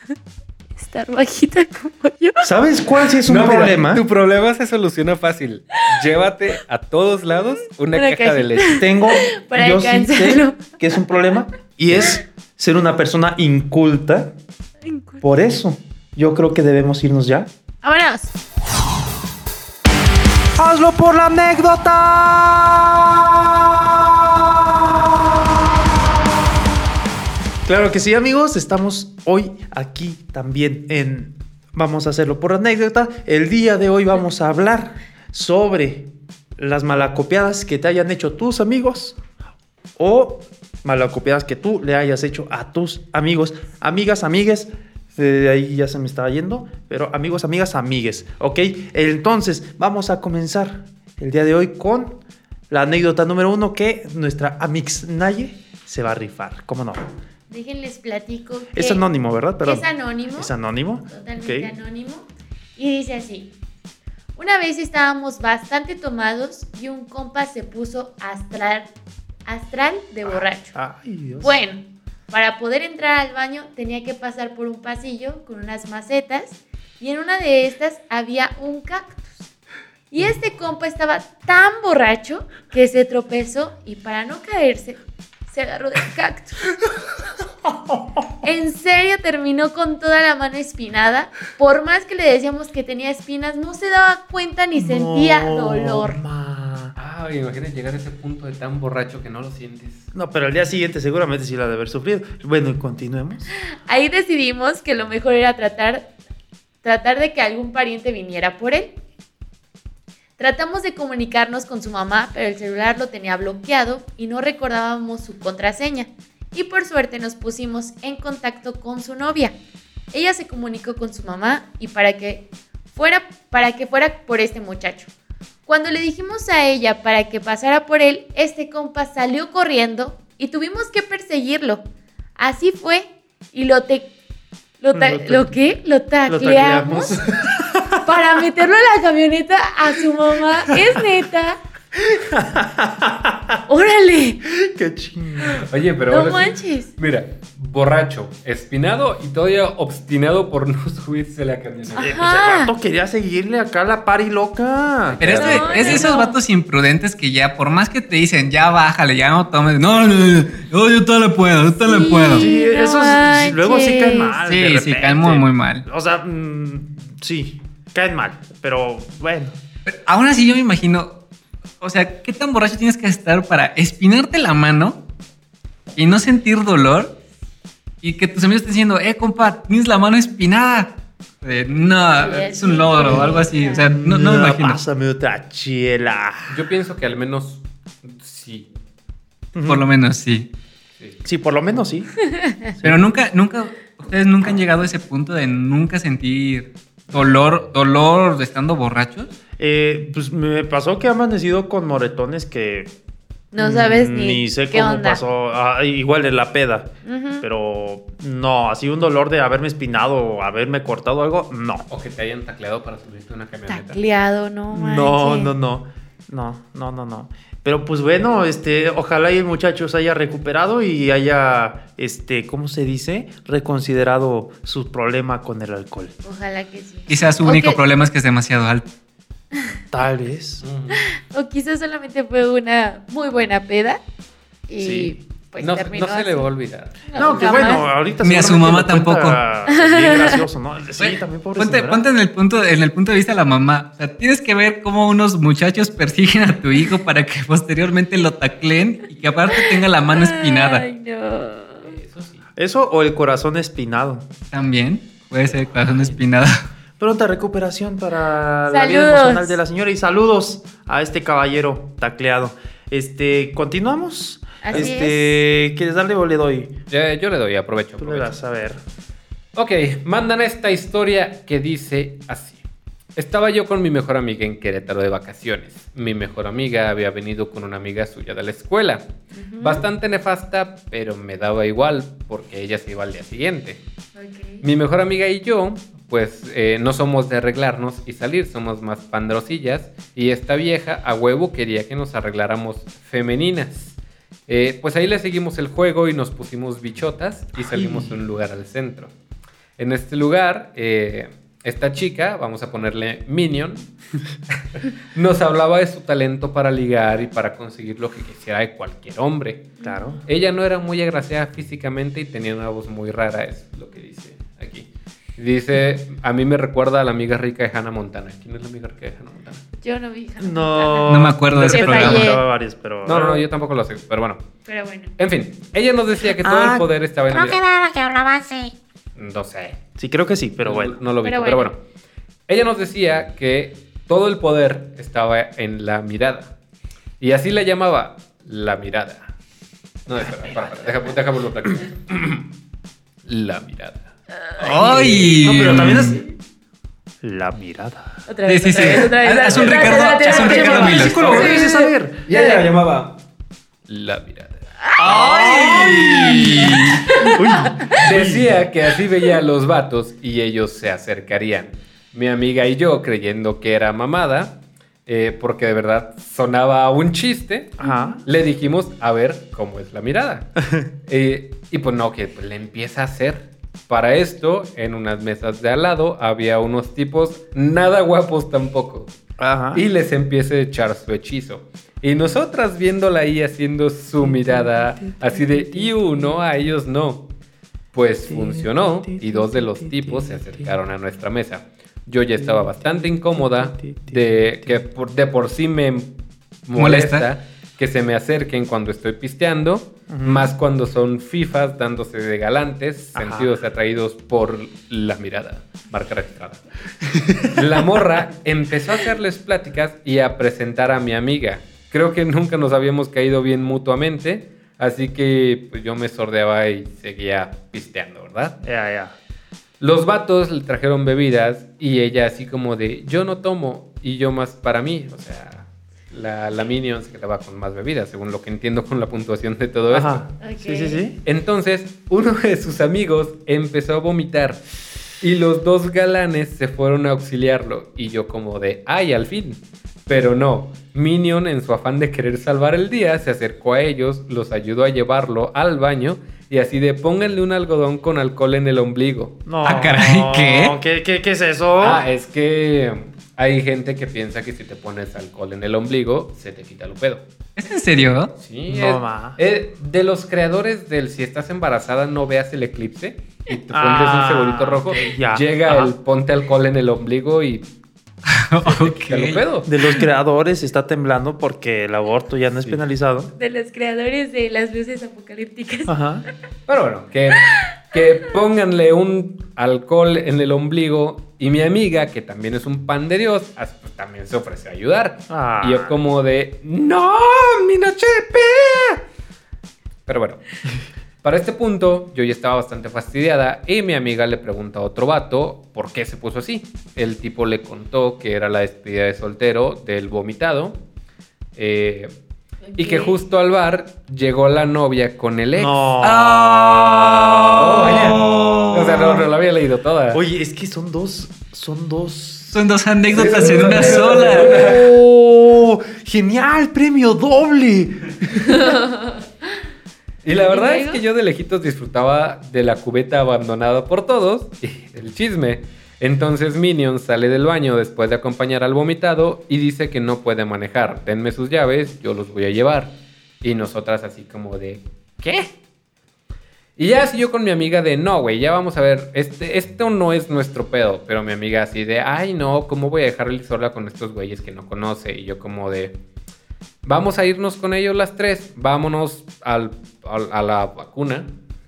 Estar bajita como yo. ¿Sabes cuál sí es un No, mira, problema? tu problema se soluciona fácil. Llévate a todos lados una, Una caja de cajita. leche. Tengo, Para yo sí sé alcanzarlo. que es un problema y es ser una persona inculta. Por eso, yo creo que debemos irnos ya. ¡Vámonos! ¡Hazlo por la anécdota! Claro que sí, amigos. Estamos hoy aquí también en Vamos a hacerlo por la anécdota. El día de hoy vamos a hablar sobre las malacopiadas que te hayan hecho tus amigos o malacopiadas que tú le hayas hecho a tus amigos, amigas, amigues. De ahí ya se me estaba yendo, pero amigos, amigas, amigues, ¿ok? Entonces, vamos a comenzar el día de hoy con la anécdota número uno que nuestra Amix Naye se va a rifar, ¿cómo no? Déjenles platico que Es anónimo, ¿verdad? Perdón. es anónimo. Es anónimo. Totalmente ok. anónimo. Y dice así: una vez estábamos bastante tomados y un compa se puso astral, astral de borracho. Ay, Dios. Bueno, para poder entrar al baño tenía que pasar por un pasillo con unas macetas y en una de estas había un cactus. Y este compa estaba tan borracho que se tropezó y para no caerse se agarró del cactus. En serio, terminó con toda la mano espinada. Por más que le decíamos que tenía espinas, no se daba cuenta ni sentía No, dolor. ma. Ah, imagínate llegar a ese punto de tan borracho que no lo sientes. No, pero al día siguiente seguramente sí la ha de haber sufrido. Bueno, y continuemos. Ahí decidimos que lo mejor era tratar, tratar de que algún pariente viniera por él. Tratamos de comunicarnos con su mamá, pero el celular lo tenía bloqueado y no recordábamos su contraseña. Y por suerte nos pusimos en contacto con su novia. Ella se comunicó con su mamá y para que fuera, para que fuera por este muchacho. Cuando le dijimos a ella para que pasara por él, este compa salió corriendo y tuvimos que perseguirlo. Así fue y lo te... ¿Lo, ta- Lo te- ¿Lo qué? Lo Lo tacleamos. tacleamos. Para meterlo a la camioneta a su mamá. ¿Es neta? ¡Órale! Qué chingada. Oye, pero No ahora sí, manches. mira, borracho, espinado y todavía obstinado por no subirse a la camioneta. Eh, pues Ajá. el vato quería seguirle acá a la pari loca. Pero es de, No, es de no, esos no. vatos imprudentes que ya, por más que te dicen, ya bájale, ya no tomes. No, no, no, yo, yo todo le puedo, yo todo le Sí. puedo. Sí, No esos manches. luego sí caen mal. Sí, de sí, repente. caen muy, muy mal. O sea, mm, sí, caen mal. Pero bueno. Pero aún así yo me imagino, o sea, ¿qué tan borracho tienes que estar para espinarte la mano y no sentir dolor? Y que tus amigos estén diciendo, eh, compa, tienes la mano espinada. Eh, no, Sí, es sí. un logro o algo así. O sea, no, no me imagino. Pásame otra chela. Yo pienso que al menos sí. Por lo menos sí. sí. Sí, por lo menos sí. Pero nunca, nunca, ustedes nunca han llegado a ese punto de nunca sentir dolor, dolor de estando borrachos. Eh, pues me pasó que he amanecido con moretones que No sabes mm, ni, ni sé qué cómo onda. pasó. Ah, igual en la peda. Ujú. Pero no, así un dolor de haberme espinado o haberme cortado algo, no. O que te hayan tacleado para subirte a una camioneta. Tacleado, no manches. No, no, no. No, no, no, no. Pero pues bueno, este, ojalá y el muchacho se haya recuperado y haya, este, ¿cómo se dice? Reconsiderado su problema con el alcohol. Ojalá que sí. Quizás su O único que- problema es que es demasiado alto. Tal vez. Ujú. O quizás solamente fue una muy buena peda y Sí. pues no, terminó no se así. le va a olvidar. No, que jamás. bueno, ahorita Ni a su seguramente mamá lo cuenta bien gracioso, ¿no? Sí, Oye, también pobre ponte, señora. ponte en el punto, en el punto de vista de la mamá. O sea, tienes que ver cómo unos muchachos persiguen a tu hijo para que posteriormente lo tacleen y que aparte tenga la mano espinada. Ay, no. Eso sí. Eso o el corazón espinado. También puede ser corazón espinada. Pronta recuperación para la vida Saludos. emocional de la señora y saludos a este caballero tacleado. Este, continuamos. Así este, ¿quieres darle o le doy? Ya, yo le doy, aprovecho. Tú le aprovecho. das, a ver. Ok, mandan esta historia que dice así. Estaba yo con mi mejor amiga en Querétaro de vacaciones. Mi mejor amiga había venido con una amiga suya de la escuela. Bastante nefasta, pero me daba igual porque ella se iba al día siguiente. Ok. Mi mejor amiga y yo, pues eh, no somos de arreglarnos y salir, somos más pandrosillas. Y esta vieja a huevo quería que nos arregláramos femeninas. Eh, pues ahí le seguimos el juego y nos pusimos bichotas y salimos a un lugar al centro. En este lugar, eh, esta chica, vamos a ponerle Minion, nos hablaba de su talento para ligar y para conseguir lo que quisiera de cualquier hombre. Claro. Ella no era muy agraciada físicamente y tenía una voz muy rara, es lo que dice aquí. Dice, a mí me recuerda a la amiga rica de Hannah Montana. ¿Quién es la amiga rica de Hannah Montana? Yo no vi Hannah No, Montana. No me acuerdo de ese Te programa. fallé. Estaba varios, pero... No, no, no, yo tampoco lo sé, pero bueno. Pero bueno. En fin, ella nos decía que todo Ah, el poder estaba en la Creo que mirada. era la que hablaba así. No sé. Sí, creo que sí, pero bueno. No lo vi, Pero pero bueno. bueno. Ella nos decía que todo el poder estaba en la mirada. Y así la llamaba la mirada. No, espera, espera, espera, deja, deja volver a practicar. La mirada. ¡Ay! No, pero también es... La mirada. Otra Sí, vez, sí, otra sí. vez, otra vez. Haz- haz un Otra vez, Ricardo- otra vez, haz un otra vez. Ricardo Milos. ¿Cómo lo quieres saber? Y ella la llamaba la mirada. Uy. Decía que así veía a los vatos y ellos se acercarían. Mi amiga y yo, creyendo que era mamada, eh, porque de verdad sonaba un chiste, Ajá. le dijimos a ver cómo es la mirada. eh, y pues no, que pues, le empieza a hacer. Para esto, en unas mesas de al lado, había unos tipos nada guapos tampoco. Ajá. Y les empieza a echar su hechizo. Y nosotras viéndola ahí haciendo su mirada así de, ¡iu! No, a ellos no. Pues funcionó y dos de los tipos se acercaron a nuestra mesa. Yo ya estaba bastante incómoda de que por, de por sí me molesta, Molesta. que se me acerquen cuando estoy pisteando, uh-huh. más cuando son fifas dándose de galantes, Ajá. sentidos atraídos por la mirada. Marca registrada. La morra empezó a hacerles pláticas y a presentar a mi amiga. Creo que nunca nos habíamos caído bien mutuamente, así que pues, yo me sordeaba y seguía pisteando, ¿verdad? Ya, yeah, ya. Yeah. Los vatos le trajeron bebidas y ella así como de, yo no tomo y yo más para mí. O sea, la, la Minion se quedaba con más bebidas, según lo que entiendo con la puntuación de todo Ajá. esto. Okay. Sí, sí, sí. Entonces, uno de sus amigos empezó a vomitar y los dos galanes se fueron a auxiliarlo. Y yo como de, ay, al fin. Pero no, Minion en su afán de querer salvar el día se acercó a ellos, los ayudó a llevarlo al baño y así de pónganle un algodón con alcohol en el ombligo. No. Ah, caray, ¿qué? ¿Qué, qué, qué es eso? Ah, es que hay gente que piensa que si te pones alcohol en el ombligo se te quita el pedo. ¿Es en serio? Sí, No, es, ma. es de los creadores del si estás embarazada no veas el eclipse y te pones Ah, un segurito rojo, ok, ya. llega Ajá. el ponte alcohol en el ombligo y Ok. te lo pedo. De los creadores está temblando porque el aborto ya no es Sí. penalizado. De los creadores de las luces apocalípticas. Ajá. Pero bueno, que, que pónganle un alcohol en el ombligo. Y mi amiga, que también es un pan de Dios, as- pues, también se ofrece a ayudar. Ah. Y yo como de, ¡no! ¡Mi noche de peda! Pero bueno, para este punto yo ya estaba bastante fastidiada y mi amiga le pregunta a otro vato por qué se puso así. El tipo le contó que era la despedida de soltero del vomitado. eh, Y que Ok. justo al bar llegó la novia con el ex. No. Oh, vaya. O sea, no, no la había leído toda. Oye, es que son dos. Son dos. Son dos anécdotas Sí, en son una dos sola. anécdotas. ¡Oh! ¡Genial! ¡Premio doble! Y la verdad ¿Y es luego? que yo de lejitos disfrutaba de la cubeta abandonada por todos y del chisme. Entonces Minion sale del baño después de acompañar al vomitado y dice que no puede manejar. Denme sus llaves, yo los voy a llevar. Y nosotras así como de, ¿qué? Y ya así yo con mi amiga de, no, güey, ya vamos a ver, este, esto no es nuestro pedo. Pero mi amiga así de, ay, no, ¿cómo voy a dejarle sola con estos güeyes que no conoce? Y yo como de, vamos a irnos con ellos las tres, vámonos al, al- a la vacuna.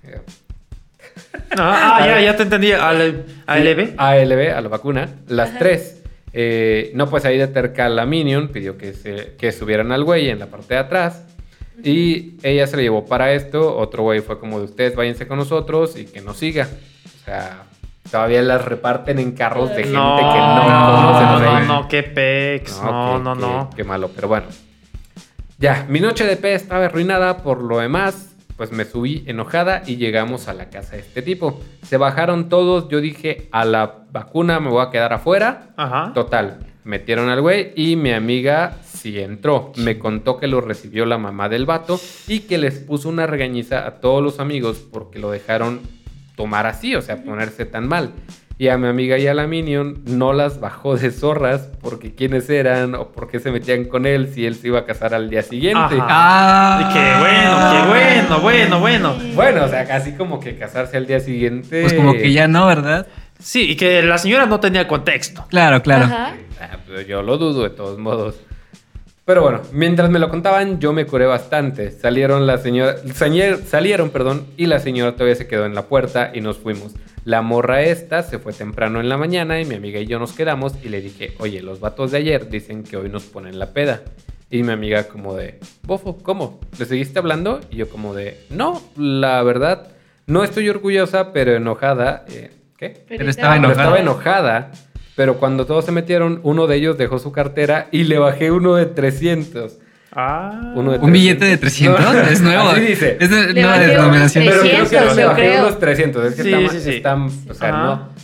Ah, ah, ya, ya te entendí. ¿Al A L B? A L B, a la vacuna, las tres. Eh, no, pues ahí de terca la Minion pidió que, se, que subieran al güey en la parte de atrás. Y ella se le llevó para esto. Otro güey fue como de ustedes, váyanse con nosotros y que nos siga. O sea, todavía las reparten en carros de gente No, que no, no, conocen. o sea, no, no, qué pex. No, qué- no, qué- no. Qué malo, pero bueno. Ya, mi noche de pe estaba arruinada. Por lo demás, pues me subí enojada y llegamos a la casa de este tipo. Se bajaron todos. Yo dije, a la vacuna me voy a quedar afuera. Ajá. Total, metieron al güey y mi amiga sí entró. Me contó que lo recibió la mamá del vato y que les puso una regañiza a todos los amigos porque lo dejaron tomar así, o sea, ponerse tan mal. Y a mi amiga y a la Minion no las bajó de zorras porque quiénes eran o por qué se metían con él si él se iba a casar al día siguiente. Ajá. Ah. Y qué bueno, qué bueno, bueno, bueno. Bueno, o sea, casi como que casarse al día siguiente. Pues como que ya no, ¿verdad? Sí, y que la señora no tenía contexto. Claro, claro. Ajá. Ah, pues yo lo dudo de todos modos. Pero bueno, mientras me lo contaban, yo me curé bastante. Salieron la señora, sañer- salieron, perdón, y la señora todavía se quedó en la puerta y nos fuimos. La morra esta se fue temprano en la mañana y mi amiga y yo nos quedamos y le dije, oye, los vatos de ayer dicen que hoy nos ponen la peda. Y mi amiga como de, bofo, ¿cómo? ¿Le seguiste hablando? Y yo como de, no, la verdad, no estoy orgullosa, pero enojada. Eh, ¿Qué? Pero estaba Pero enojada. estaba enojada. Pero cuando todos se metieron, uno de ellos dejó su cartera y le bajé uno de trescientos. Ah. Uno de ¿Un billete de trescientos? No, Es nuevo. así dice. Es de Le nueva bajé un denominación. Pero creo que trescientos, le yo bajé creo. unos trescientos. Es que Sí, está, sí, sí. están, o sea, Ajá. no,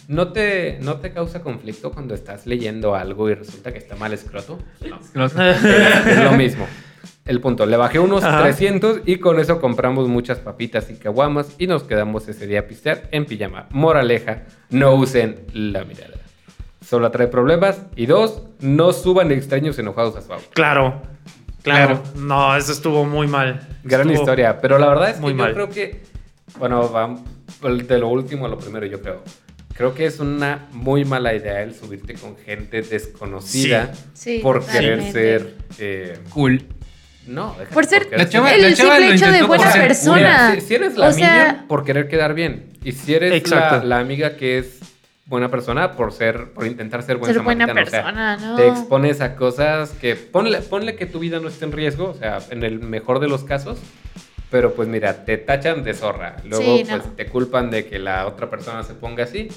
¿No te, ¿No te causa conflicto cuando estás leyendo algo y resulta que está mal escroto? No. Es lo mismo. El punto, le bajé unos Ajá. trescientos y con eso compramos muchas papitas y caguamas y nos quedamos ese día a pistear en pijama. Moraleja, no usen la mirada. Solo trae problemas. Y dos, no suban extraños enojados a su auto. Claro, claro. No, eso estuvo muy mal. Gran Estuvo historia, pero la verdad es que muy yo mal. creo que, bueno, va de lo último a lo primero, yo creo. Creo que es una muy mala idea el subirte con gente desconocida Sí. Sí, por totalmente. querer ser... eh, Cool. no, deja Por ser La chava- el la chava simple lo hecho de intentó por buena ser cool. persona. Mira, si, si eres la O sea- amiga, por querer quedar bien. Y si eres la, Exacto. la amiga que es buena persona, por ser por intentar ser buen Ser buena samaritano. O sea, persona, ¿no? te expones a cosas que... Ponle, ponle que tu vida no esté en riesgo, o sea, en el mejor de los casos. Pero pues mira, te tachan de zorra. Luego Sí, pues no. te culpan de que la otra persona se ponga así.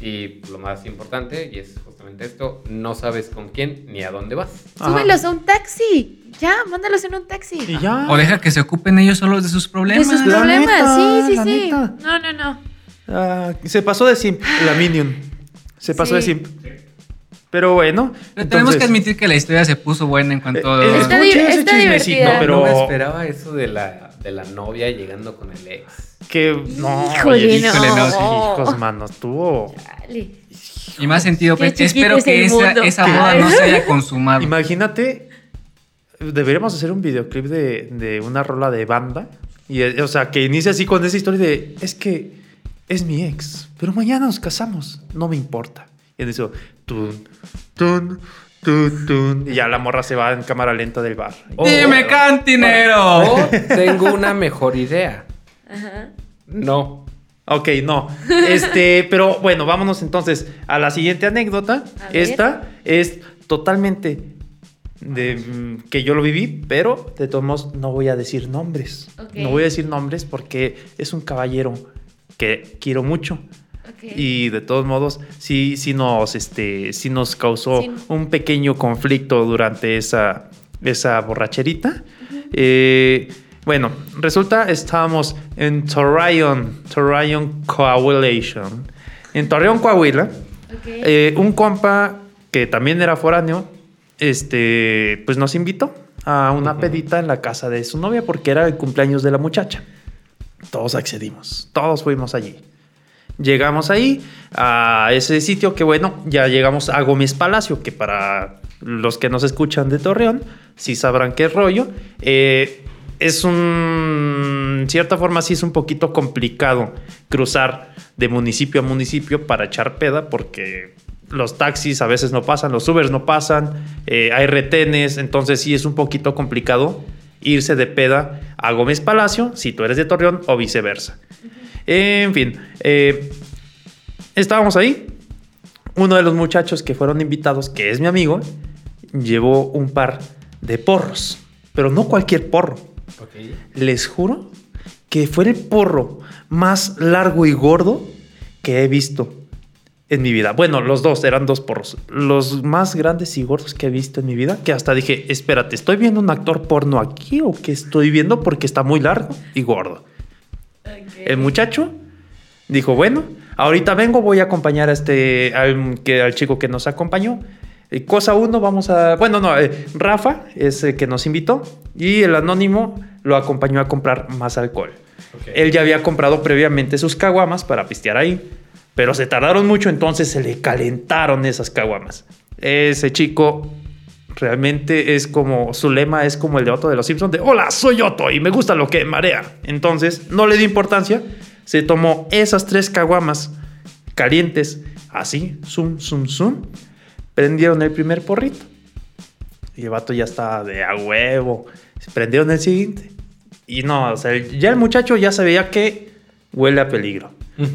Y lo más importante, y es justamente esto, no sabes con quién ni a dónde vas. Ajá. Súbelos a un taxi. Ya, mándalos en un taxi. Y ya. O deja que se ocupen ellos solos de sus De problemas. sus La problemas. neta, sí, sí, la sí. neta. No, no, no. Ah, se pasó de simp, la Minion. Se pasó de Sí. simp. Pero bueno. Pero tenemos entonces- que admitir que la historia se puso buena en cuanto... Eh, Está escuché di- ese está chismecito, divertida. pero No me esperaba eso de la, de la novia llegando con el ex. que no, Híjole, oye, no. híjole, no, hijos, mano, estuvo. Dale. Y más sentido, Qué pues, chiquito espero es que el esa, mundo. esa boda no se haya consumado. Imagínate, deberíamos hacer un videoclip de, de una rola de banda. Y, eh, o sea, que inicia así con esa historia de, es que es mi ex, pero mañana nos casamos, no me importa. Y en eso, tun, tun, tun, tun, y ya la morra se va en cámara lenta del bar. ¡Dime, cantinero! O tengo una mejor idea. Ajá. No. Ok, no. Este, pero bueno, vámonos entonces a la siguiente anécdota. A ver. Esta es totalmente de mm, que yo lo viví, pero de todos modos no voy a decir nombres. Ok. No voy a decir nombres porque es un caballero que quiero mucho. Ok. Y de todos modos, sí, sí nos, este, sí nos causó Sí. un pequeño conflicto durante esa, esa borracherita. Eh, bueno, resulta, estábamos en Torreón, Torreón, Coahuilation. En Torreón, Coahuila, Ok. eh, un compa que también era foráneo, este, pues nos invitó a una Ujú. pedita en la casa de su novia porque era el cumpleaños de la muchacha. Todos accedimos, todos fuimos allí. Llegamos ahí, a ese sitio que bueno, ya llegamos a Gómez Palacio, que para los que nos escuchan de Torreón, sí sabrán qué rollo. Eh, es un, en cierta forma sí es un poquito complicado cruzar de municipio a municipio para echar peda, porque los taxis a veces no pasan, los Ubers no pasan, eh, hay retenes, entonces sí es un poquito complicado irse de peda a Gómez Palacio, si tú eres de Torreón o viceversa. En fin, eh, estábamos ahí. Uno de los muchachos que fueron invitados, que es mi amigo, llevó un par de porros, pero no cualquier porro. Les juro que fue el porro más largo y gordo que he visto en mi vida. Bueno, los dos, eran dos porros. Los más grandes y gordos que he visto en mi vida, que hasta dije, espérate, ¿estoy viendo un actor porno aquí o qué estoy viendo? Porque está muy largo y gordo. El muchacho dijo, bueno, ahorita vengo, voy a acompañar a este, al, que, al chico que nos acompañó. Eh, cosa uno, vamos a... Bueno, no, eh, Rafa es el que nos invitó y el anónimo lo acompañó a comprar más alcohol. Okay. Él ya había comprado previamente sus caguamas para pistear ahí, pero se tardaron mucho, entonces se le calentaron esas caguamas. Ese chico realmente es como, su lema es como el de Otto de los Simpsons, de hola, soy Otto y me gusta lo que marea. Entonces no le dio importancia, se tomó esas tres caguamas calientes, así, zoom, zoom, zoom, prendieron el primer porrito. Y el vato ya estaba de a huevo. Prendieron el siguiente. Y no, o sea, ya el muchacho ya sabía que huele a peligro.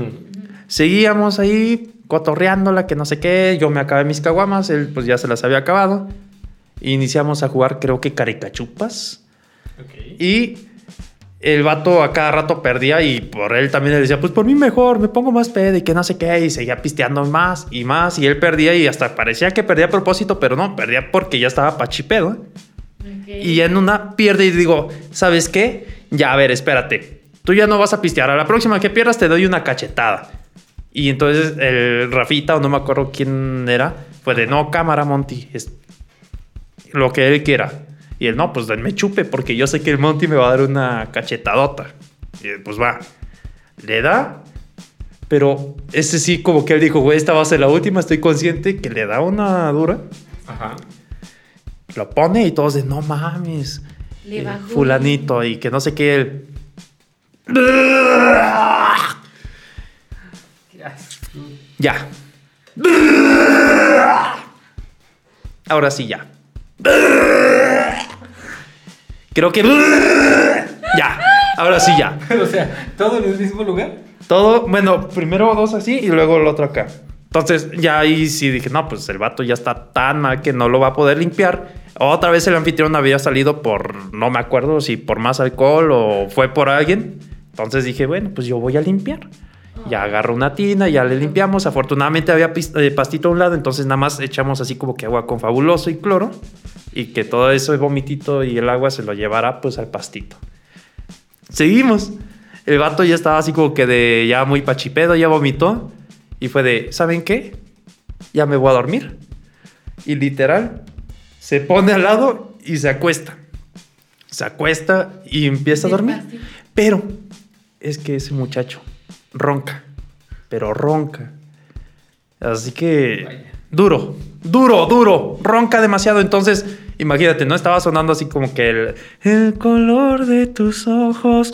Seguíamos ahí cotorreándola, que no sé qué. Yo me acabé mis caguamas, él pues ya se las había acabado. Iniciamos a jugar, creo que caricachupas. Okay. Y el vato a cada rato perdía y por él también le decía, pues por mí mejor, me pongo más pedo y que no sé qué. Y seguía pisteando más y más. Y él perdía y hasta parecía que perdía a propósito, pero no, perdía porque ya estaba pachipedo. Okay. Y en una pierde y digo, ¿sabes qué? Ya, a ver, espérate. Tú ya no vas a pistear. A la próxima que pierdas te doy una cachetada. Y entonces el Rafita, o no me acuerdo quién era, fue de, no, cámara, Monty, es lo que él quiera. Y él, no, pues denme chupe, porque yo sé que el Monty me va a dar una cachetadota. Y él, pues va, le da, pero ese sí como que él dijo, güey, esta va a ser la última, estoy consciente que le da una dura. Ajá. Lo pone y todos de, no mames, Le eh, bajó. fulanito, y que no sé qué, él... Ya. Ahora sí, ya. Creo que... Ya. Ahora sí, ya. O sea, ¿todo en el mismo lugar? Todo, bueno, primero dos así y luego el otro acá. Entonces ya ahí sí dije, no, pues el vato ya está tan mal que no lo va a poder limpiar. Otra vez el anfitrión había salido por, no me acuerdo si por más alcohol o fue por alguien. Entonces dije, bueno, pues yo voy a limpiar. Ya agarro una tina, ya le limpiamos. Afortunadamente había pist- eh, pastito a un lado, entonces nada más echamos así como que agua con fabuloso y cloro. Y que todo eso, el vomitito y el agua se lo llevara pues al pastito. Seguimos. El vato ya estaba así como que de ya muy pachipedo, ya vomitó. Y fue de, ¿saben qué? Ya me voy a dormir. Y literal, se pone al lado y se acuesta. Se acuesta y empieza a dormir. Pero es que ese muchacho ronca, pero ronca. Así que duro, duro, duro. Ronca demasiado. Entonces, imagínate, ¿no? Estaba sonando así como que el, el color de tus ojos.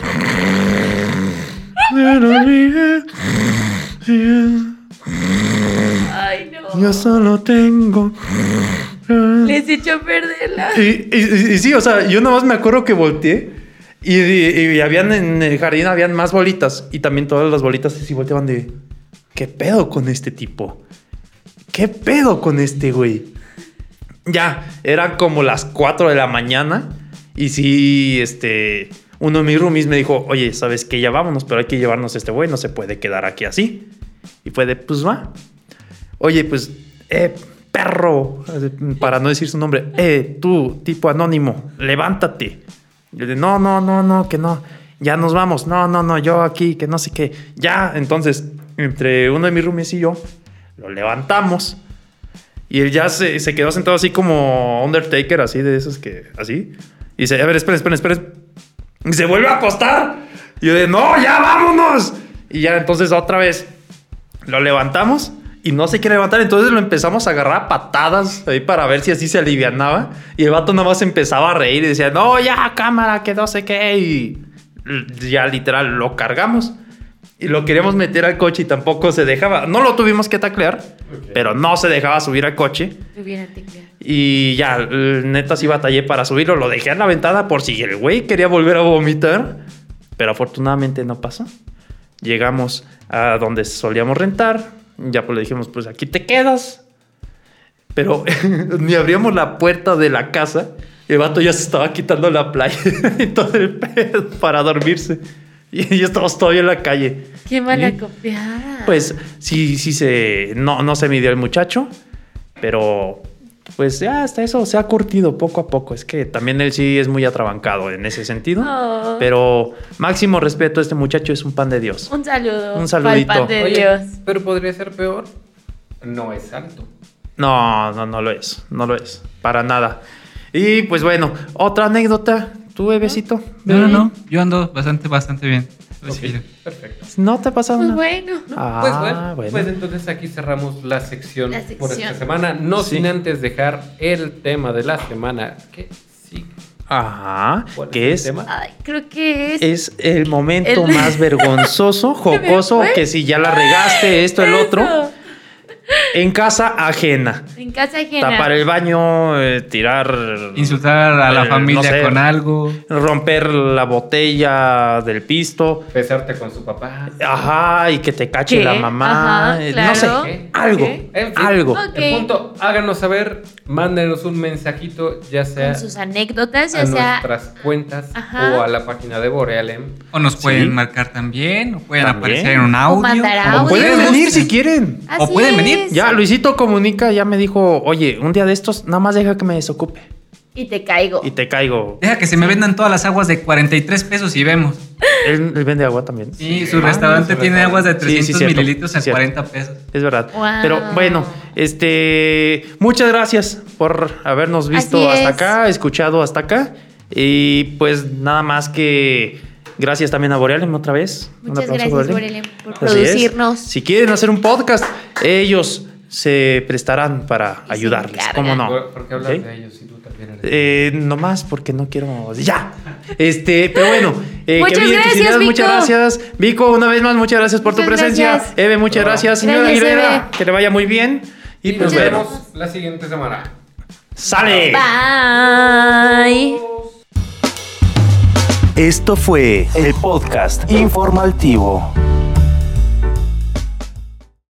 Ay, no. Yo solo tengo. Les echó a perderla. Y, y, y- y sí, o sea, yo nada más me acuerdo que volteé y, y, y habían en el jardín habían más bolitas y también todas las bolitas así volteaban de ¿qué pedo con este tipo? ¿Qué pedo con este güey? Ya, eran como las cuatro de la mañana y sí, este, uno de mis roomies me dijo, oye, ¿sabes qué? Ya vámonos, pero hay que llevarnos a este güey, no se puede quedar aquí así. Y fue de, pues va. Oye, pues, eh, perro, para no decir su nombre, eh, tú, tipo anónimo, levántate. Yo de, no, no, no, no, que no, ya nos vamos, no, no, no, yo aquí, que no sé qué. Ya, entonces, entre uno de mis roomies y yo, lo levantamos. Y él ya se, se quedó sentado así como Undertaker, así de esos que, así. Y dice, a ver, esperen, esperen, esperen. Y se vuelve a acostar. Y yo de, no, ya vámonos. Y ya entonces otra vez lo levantamos y no se quiere levantar. Entonces lo empezamos a agarrar a patadas ahí para ver si así se alivianaba. Y el vato nada más empezaba a reír y decía, no, ya, cámara, que no sé qué. Y ya literal lo cargamos. Y lo queríamos meter al coche y tampoco se dejaba. No lo tuvimos que taclear, okay, pero no se dejaba subir al coche. Y ya, neta sí batallé para subirlo. Lo dejé en la ventana por si el güey quería volver a vomitar. Pero afortunadamente no pasó. Llegamos a donde solíamos rentar. Ya pues le dijimos, pues aquí te quedas. Pero ni abríamos la puerta de la casa. El vato ya se estaba quitando la playa y todo el pedo para dormirse. Y ya estábamos todavía en la calle. Qué mala ¿Sí? copiada. Pues sí, sí se... No, no se midió el muchacho. Pero pues ya hasta eso se ha curtido poco a poco. Es que también él sí es muy atrabancado en ese sentido. Oh. Pero máximo respeto, este muchacho es un pan de Dios. Un saludo. Un saludito. Pa'l pan de Oye, Dios. pero podría ser peor. No es alto. No, no, no lo es. No lo es. Para nada. Y pues bueno, otra anécdota. ¿Tú, bebecito? No, no, no. Yo ando bastante, bastante bien. Ok, perfecto. ¿No te ha pasado Pues nada? bueno. Ah, Pues bueno, bueno. pues entonces aquí cerramos la sección, La por esta sección. semana. No Sí. sin antes dejar el tema de la semana. Que sí. Ajá. ¿Cuál ¿Qué es es? el tema? Ay, creo que es. Es el momento El- más vergonzoso, jocoso, fue? que si ya la regaste, esto, el Eso. otro. En casa ajena. En casa ajena. Tapar el baño, eh, tirar... Insultar a la eh, familia no sé, con algo. romper la botella del pisto. Besarte con su papá. Ajá, y que te cache ¿Qué? la mamá. Ajá, eh, claro. No sé, ¿Qué? algo, ¿Qué? En fin. algo. Ok. El punto, háganos saber, mándenos un mensajito, ya sea Con sus anécdotas, a ya sea. nuestras cuentas Ajá. o a la página de Borealem. O nos pueden Sí. marcar también. O pueden También. aparecer en un audio. mandar O audios. pueden venir si quieren. Así O pueden venir. es. Ya, Luisito Comunica ya me dijo, oye, un día de estos, nada más deja que me desocupe. Y te caigo. y te caigo. Deja que se me vendan todas las aguas de cuarenta y tres pesos y vemos. Él, él vende agua también. Sí, su Ah, restaurante su tiene restaurante. aguas de Sí, sí, trescientos cierto, mililitros a cierto. cuarenta pesos. Es verdad. Wow. Pero bueno, este, muchas gracias por habernos visto Así hasta es. acá, escuchado hasta acá. Y pues nada más que gracias también a Borealem otra vez. Un Muchas aplauso, gracias, Borealem. Borealem, por Así es. producirnos. Si quieren hacer un podcast, ellos se prestarán para Y se ayudarles. encargan. ¿Cómo no? ¿Por, por qué hablas ¿Ok? de ellos si tú también eres? Eh, nomás porque no quiero. Ya. Este, pero bueno. eh, Muchas que brillen tus gracias, ideas, muchas Vico. gracias. Vico, una vez más, muchas gracias por tu Muchas presencia. gracias. Eve, muchas gracias. Señora Gracias, Aguilera, Eve. que le vaya muy bien. Y, Y pues nos bueno. vemos la siguiente semana. ¡Sale! Bye. Esto fue el podcast informativo.